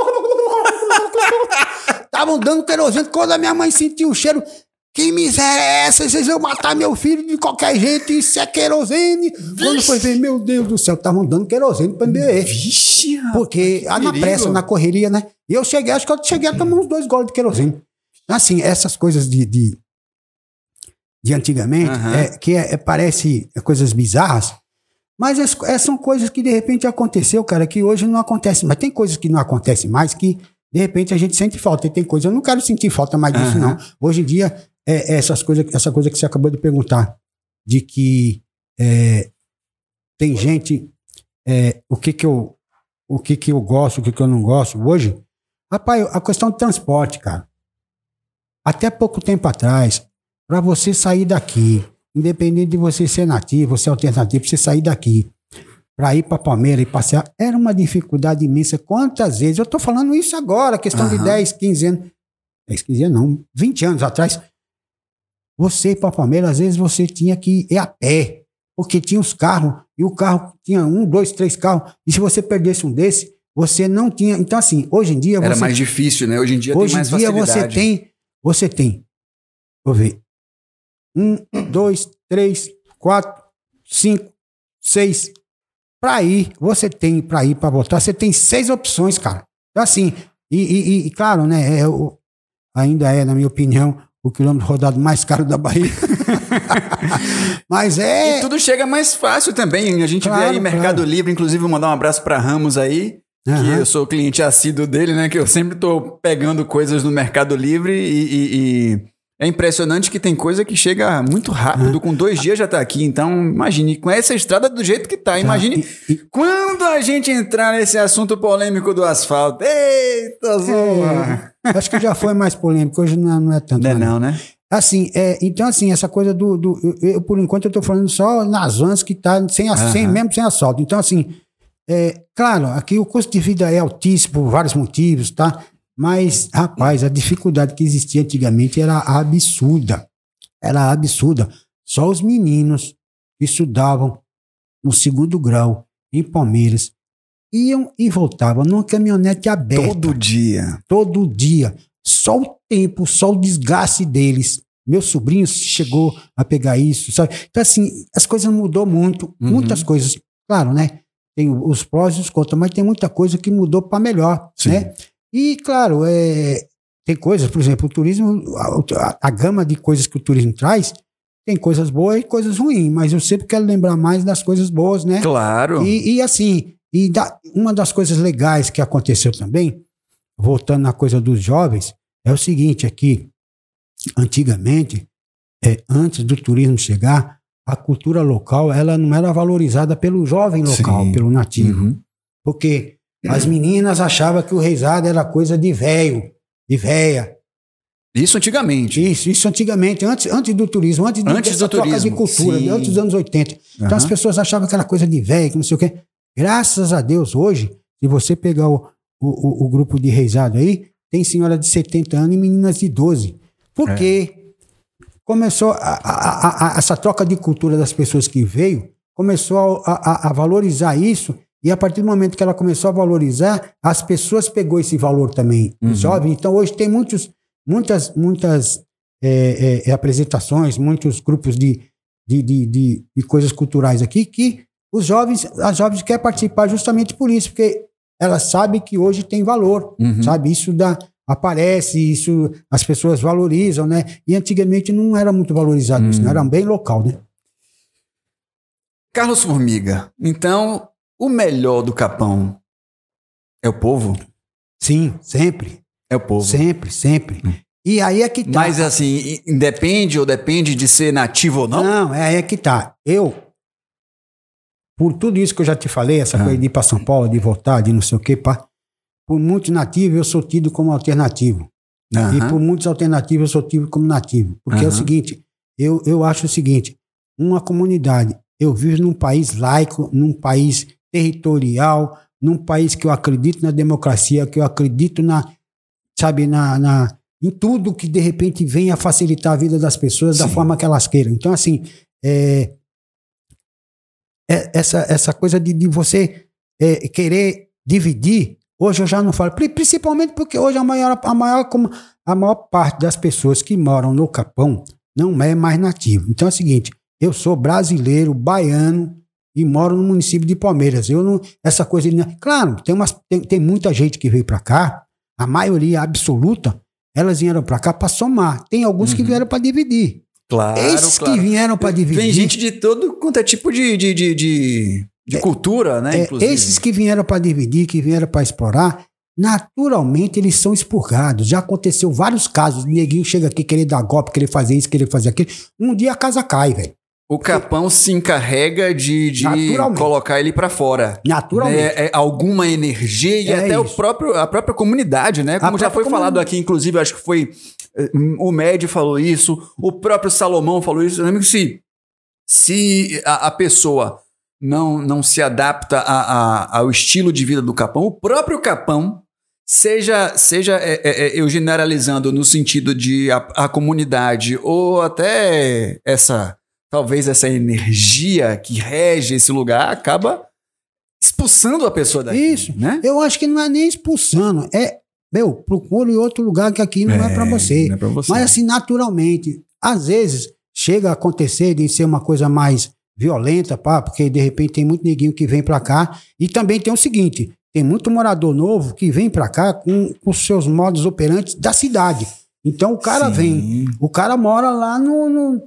Speaker 2: Estavam dando querosene. Quando a minha mãe sentiu o cheiro... Que miséria é essa? Vocês vão matar meu filho de qualquer jeito. Isso é querosene. Quando foi ver, meu Deus do céu, estavam dando querosene pra beber.
Speaker 1: Vixe,
Speaker 2: porque na pressa, na correria, né? E eu cheguei, acho que eu cheguei a tomar uns 2 goles de querosene. Assim, essas coisas de antigamente, parece coisas bizarras, mas são coisas que de repente aconteceu, cara, que hoje não acontece. Mas tem coisas que não acontecem mais que de repente a gente sente falta. E tem coisas, eu não quero sentir falta mais disso, não. Hoje em dia, essa coisa que você acabou de perguntar, de que tem gente, o que que eu gosto, o que que eu não gosto. Hoje, rapaz, a questão do transporte, cara. Até pouco tempo atrás, para você sair daqui, independente de você ser nativo, você é alternativo, você sair daqui para ir para Palmeiras e passear, era uma dificuldade imensa. Quantas vezes? Eu estou falando isso agora, questão de 10, 15 anos. 10, 15 anos não, 20 anos atrás. Você ir para Palmeiras, às vezes você tinha que ir a pé, porque tinha os carros, e o carro tinha 1, 2, 3 carros, e se você perdesse um desse, você não tinha. Então, assim, hoje em dia...
Speaker 1: Era mais difícil, né? Hoje em dia tem mais facilidade.
Speaker 2: Hoje em dia você tem, vou ver, 1, 2, 3, 4, 5, 6. Para ir, para voltar, você tem 6 opções, cara. Então, assim, e claro, né? Ainda é, na minha opinião, o quilômetro rodado mais caro da Bahia. Mas
Speaker 1: E tudo chega mais fácil também. A gente vê aí Mercado Livre, inclusive, vou mandar um abraço para Ramos aí, que eu sou cliente assíduo dele, né? Que eu sempre tô pegando coisas no Mercado Livre e é impressionante que tem coisa que chega muito rápido, com 2 dias já tá aqui. Então, imagine, com essa estrada do jeito que tá, imagine quando a gente entrar nesse assunto polêmico do asfalto. Eita, zorra!
Speaker 2: Acho que já foi mais polêmico, hoje não é tanto.
Speaker 1: Não, né?
Speaker 2: Assim, então, assim, essa coisa eu, por enquanto, eu tô falando só nas vans que tá mesmo sem asfalto. Então, assim, claro, aqui o custo de vida é altíssimo por vários motivos, tá? Mas, rapaz, a dificuldade que existia antigamente era absurda. Era absurda. Só os meninos que estudavam no 2º grau, em Palmeiras, iam e voltavam numa caminhonete aberta.
Speaker 1: Todo dia.
Speaker 2: Todo dia. Só o tempo, só o desgaste deles. Meu sobrinho chegou a pegar isso, sabe? Então, assim, as coisas mudou muito. Muitas coisas. Claro, né? Tem os prós e os contras, mas tem muita coisa que mudou para melhor, né? E, claro, tem coisas, por exemplo, o turismo, a gama de coisas que o turismo traz, tem coisas boas e coisas ruins, mas eu sempre quero lembrar mais das coisas boas, né?
Speaker 1: Claro.
Speaker 2: E assim, uma das coisas legais que aconteceu também, voltando na coisa dos jovens, é o seguinte, aqui, antigamente, antes do turismo chegar, a cultura local, ela não era valorizada pelo jovem local, pelo nativo. Porque as meninas achavam que o reisado era coisa de velho, de véia.
Speaker 1: Isso antigamente.
Speaker 2: Isso antigamente, antes do turismo, antes da troca de cultura, antes dos anos 80. Então as pessoas achavam que era coisa de velho, que não sei o quê. Graças a Deus, hoje, se você pegar o grupo de reisado aí, tem senhora de 70 anos e meninas de 12. Por quê? Começou essa troca de cultura das pessoas que veio, começou a valorizar isso. E a partir do momento que ela começou a valorizar, as pessoas pegou esse valor também, jovem. Então hoje tem muitas apresentações, muitos grupos de coisas culturais aqui que as jovens querem participar justamente por isso, porque elas sabem que hoje tem valor, sabe? Isso aparece, isso as pessoas valorizam, né? E antigamente não era muito valorizado isso, não era bem local, né?
Speaker 1: Carlos Formiga, então... O melhor do Capão é o povo?
Speaker 2: Sim, sempre.
Speaker 1: É o povo.
Speaker 2: Sempre. E aí é que tá.
Speaker 1: Mas assim, depende de ser nativo ou não?
Speaker 2: Não, aí é que tá. Por tudo isso que eu já te falei, essa coisa de ir pra São Paulo, de voltar, de não sei o quê, pá. por muitos nativos eu sou tido como alternativo.
Speaker 1: Aham.
Speaker 2: E por muitos alternativos eu sou tido como nativo. Porque é o
Speaker 1: Aham.
Speaker 2: seguinte, eu acho o seguinte, uma comunidade, eu vivo num país laico, num país territorial, num país que eu acredito na democracia, que eu acredito em tudo que de repente venha facilitar a vida das pessoas da
Speaker 1: Sim.
Speaker 2: forma que elas queiram. Então, assim, essa coisa de você querer dividir, hoje eu já não falo, principalmente porque hoje a maior parte das pessoas que moram no Capão não é mais nativo. Então é o seguinte, eu sou brasileiro, baiano e moro no município de Palmeiras. Essa coisa claro, tem muita gente que veio para cá, a maioria absoluta, elas vieram para cá para somar. Tem alguns que vieram para dividir.
Speaker 1: Claro,
Speaker 2: Esses que vieram para dividir.
Speaker 1: Vem gente de todo quanto é tipo de cultura, né? Inclusive.
Speaker 2: Esses que vieram para dividir, que vieram para explorar, naturalmente eles são expurgados. Já aconteceu vários casos. O neguinho chega aqui querer dar golpe, querer fazer isso, querer fazer aquilo. Um dia a casa cai, velho.
Speaker 1: O Capão se encarrega de colocar ele pra fora.
Speaker 2: Naturalmente.
Speaker 1: Alguma energia e até a própria comunidade, né? Como já foi falado aqui, inclusive, acho que foi o Med falou isso, o próprio Salomão falou isso. Eu lembro que se a pessoa não se adapta ao estilo de vida do Capão, o próprio Capão, seja eu generalizando no sentido de a comunidade ou até talvez essa energia que rege esse lugar acaba expulsando a pessoa daqui.
Speaker 2: Isso,
Speaker 1: né?
Speaker 2: Eu acho que não é nem expulsando, procure outro lugar que aqui não é para você.
Speaker 1: Não é pra você.
Speaker 2: Mas assim, naturalmente, às vezes chega a acontecer de ser uma coisa mais violenta, porque de repente tem muito neguinho que vem para cá, e também tem o seguinte, tem muito morador novo que vem para cá com os seus modos operantes da cidade. Então o cara vem, o cara mora lá num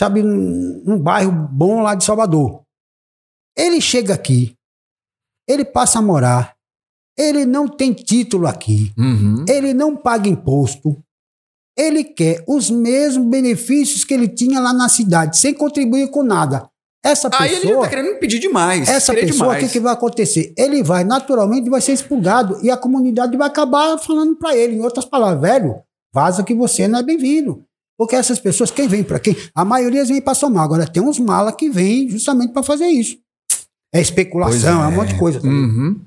Speaker 2: bairro bom lá de Salvador. Ele chega aqui, ele passa a morar, ele não tem título aqui, ele não paga imposto, ele quer os mesmos benefícios que ele tinha lá na cidade, sem contribuir com nada. Essa pessoa,
Speaker 1: aí ele já tá querendo pedir demais.
Speaker 2: Essa pessoa, o que vai acontecer? Ele naturalmente vai ser expurgado e a comunidade vai acabar falando para ele, em outras palavras, velho, vaza que você não é bem-vindo. Porque essas pessoas, quem vem para quem? A maioria vem para somar. Agora tem uns malas que vêm justamente para fazer isso. É especulação, é um monte de coisa também.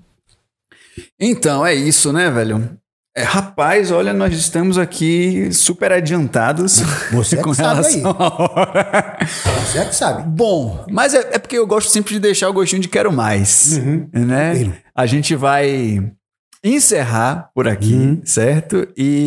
Speaker 1: Então, é isso, né, velho? Rapaz, olha, nós estamos aqui super adiantados.
Speaker 2: Você
Speaker 1: com
Speaker 2: que sabe
Speaker 1: relação à hora.
Speaker 2: Você que sabe.
Speaker 1: Bom, mas é porque eu gosto sempre de deixar o gostinho de quero mais, né? A gente vai encerrar por aqui, certo?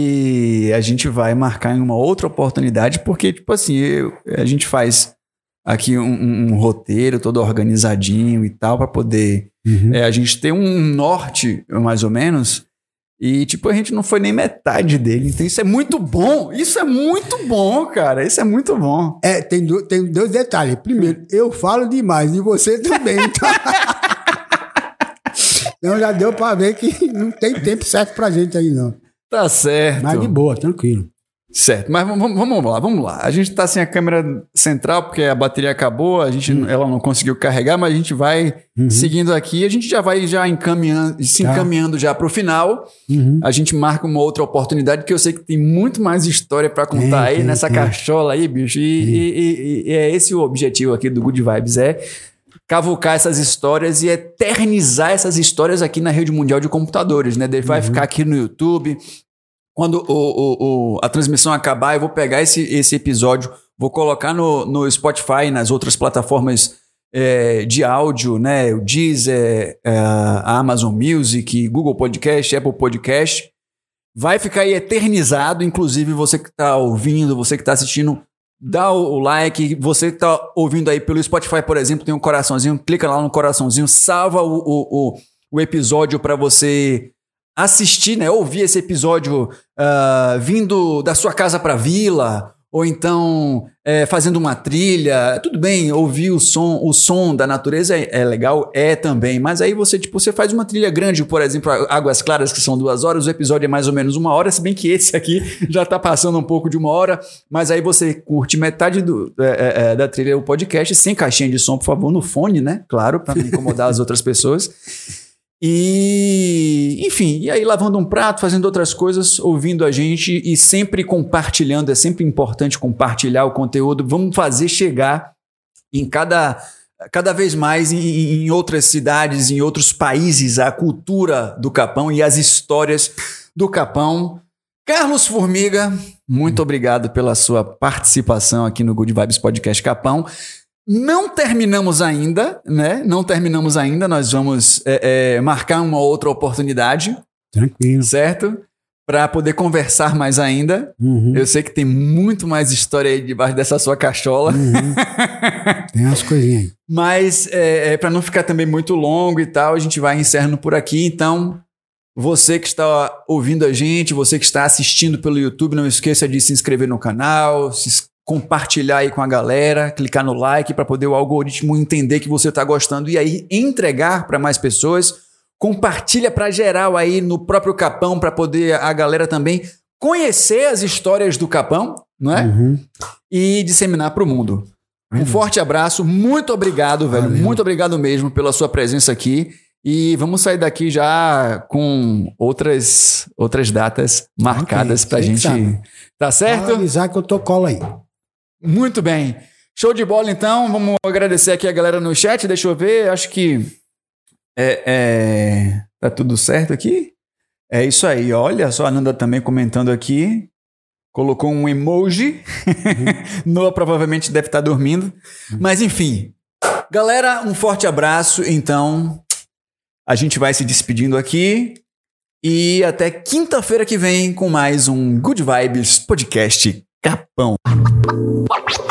Speaker 1: E a gente vai marcar em uma outra oportunidade, porque, tipo assim, a gente faz aqui um roteiro todo organizadinho e tal, para poder a gente ter um norte, mais ou menos, e, tipo, a gente não foi nem metade dele. Então isso é muito bom. Isso é muito bom, cara. Isso é muito bom.
Speaker 2: Tem dois detalhes. Primeiro, eu falo demais e você também, tá? Então já deu pra ver que não tem tempo certo pra gente aí, não.
Speaker 1: Tá certo.
Speaker 2: Mas de boa, tranquilo.
Speaker 1: Certo, mas vamos lá. A gente tá sem a câmera central porque a bateria acabou, ela não conseguiu carregar, mas a gente vai seguindo aqui, a gente já vai encaminhando já pro final. A gente marca uma outra oportunidade que eu sei que tem muito mais história pra contar nessa cachola aí, bicho. E é esse o objetivo aqui do Good Vibes, cavucar essas histórias e eternizar essas histórias aqui na rede mundial de computadores, né? Ele vai ficar aqui no YouTube. Quando a transmissão acabar, eu vou pegar esse episódio, vou colocar no Spotify, nas outras plataformas de áudio, né? O Deezer, a Amazon Music, Google Podcast, Apple Podcast. Vai ficar aí eternizado, inclusive você que está ouvindo, você que está assistindo, dá o like. Você que está ouvindo aí pelo Spotify, por exemplo, tem um coraçãozinho, clica lá no coraçãozinho, salva o episódio para você assistir, né, ouvir esse episódio vindo da sua casa para a vila, ou então fazendo uma trilha. Tudo bem, ouvir o som da natureza é legal, também, mas aí você faz uma trilha grande, por exemplo, Águas Claras, que são 2 horas, o episódio é mais ou menos 1 hora, se bem que esse aqui já tá passando um pouco de 1 hora, mas aí você curte metade da trilha do podcast, sem caixinha de som, por favor, no fone, né, claro, para não incomodar as outras pessoas. E enfim, e aí lavando um prato, fazendo outras coisas, ouvindo a gente e sempre compartilhando. É sempre importante compartilhar o conteúdo. Vamos fazer chegar em cada vez mais em outras cidades, em outros países, a cultura do Capão e as histórias do Capão. Carlos Formiga, muito obrigado pela sua participação aqui no Good Vibes Podcast Capão. Não terminamos ainda, né? Não terminamos ainda. Nós vamos marcar uma outra oportunidade.
Speaker 2: Tranquilo.
Speaker 1: Certo? Para poder conversar mais ainda.
Speaker 2: Uhum.
Speaker 1: Eu sei que tem muito mais história aí debaixo dessa sua cachola.
Speaker 2: Uhum. Tem umas coisinhas aí.
Speaker 1: Mas para não ficar também muito longo e tal, a gente vai encerrando por aqui. Então, você que está ouvindo a gente, você que está assistindo pelo YouTube, não esqueça de se inscrever no canal, compartilhar aí com a galera, clicar no like para poder o algoritmo entender que você está gostando e aí entregar para mais pessoas. Compartilha para geral aí no próprio Capão para poder a galera também conhecer as histórias do Capão, não é?
Speaker 2: Uhum.
Speaker 1: E disseminar para o mundo. Um forte abraço, muito obrigado, velho.
Speaker 2: Valeu.
Speaker 1: Muito obrigado mesmo pela sua presença aqui. E vamos sair daqui já com outras datas marcadas pra gente.
Speaker 2: Sabe.
Speaker 1: Tá certo?
Speaker 2: Pode avisar que eu tô cola aí.
Speaker 1: Muito bem. Show de bola, então. Vamos agradecer aqui a galera no chat. Deixa eu ver. Acho que tá tudo certo aqui? É isso aí. Olha só, a Nanda também comentando aqui. Colocou um emoji. Noah provavelmente deve estar dormindo. Mas enfim. Galera, um forte abraço. Então, a gente vai se despedindo aqui. E até quinta-feira que vem com mais um Good Vibes Podcast Capão.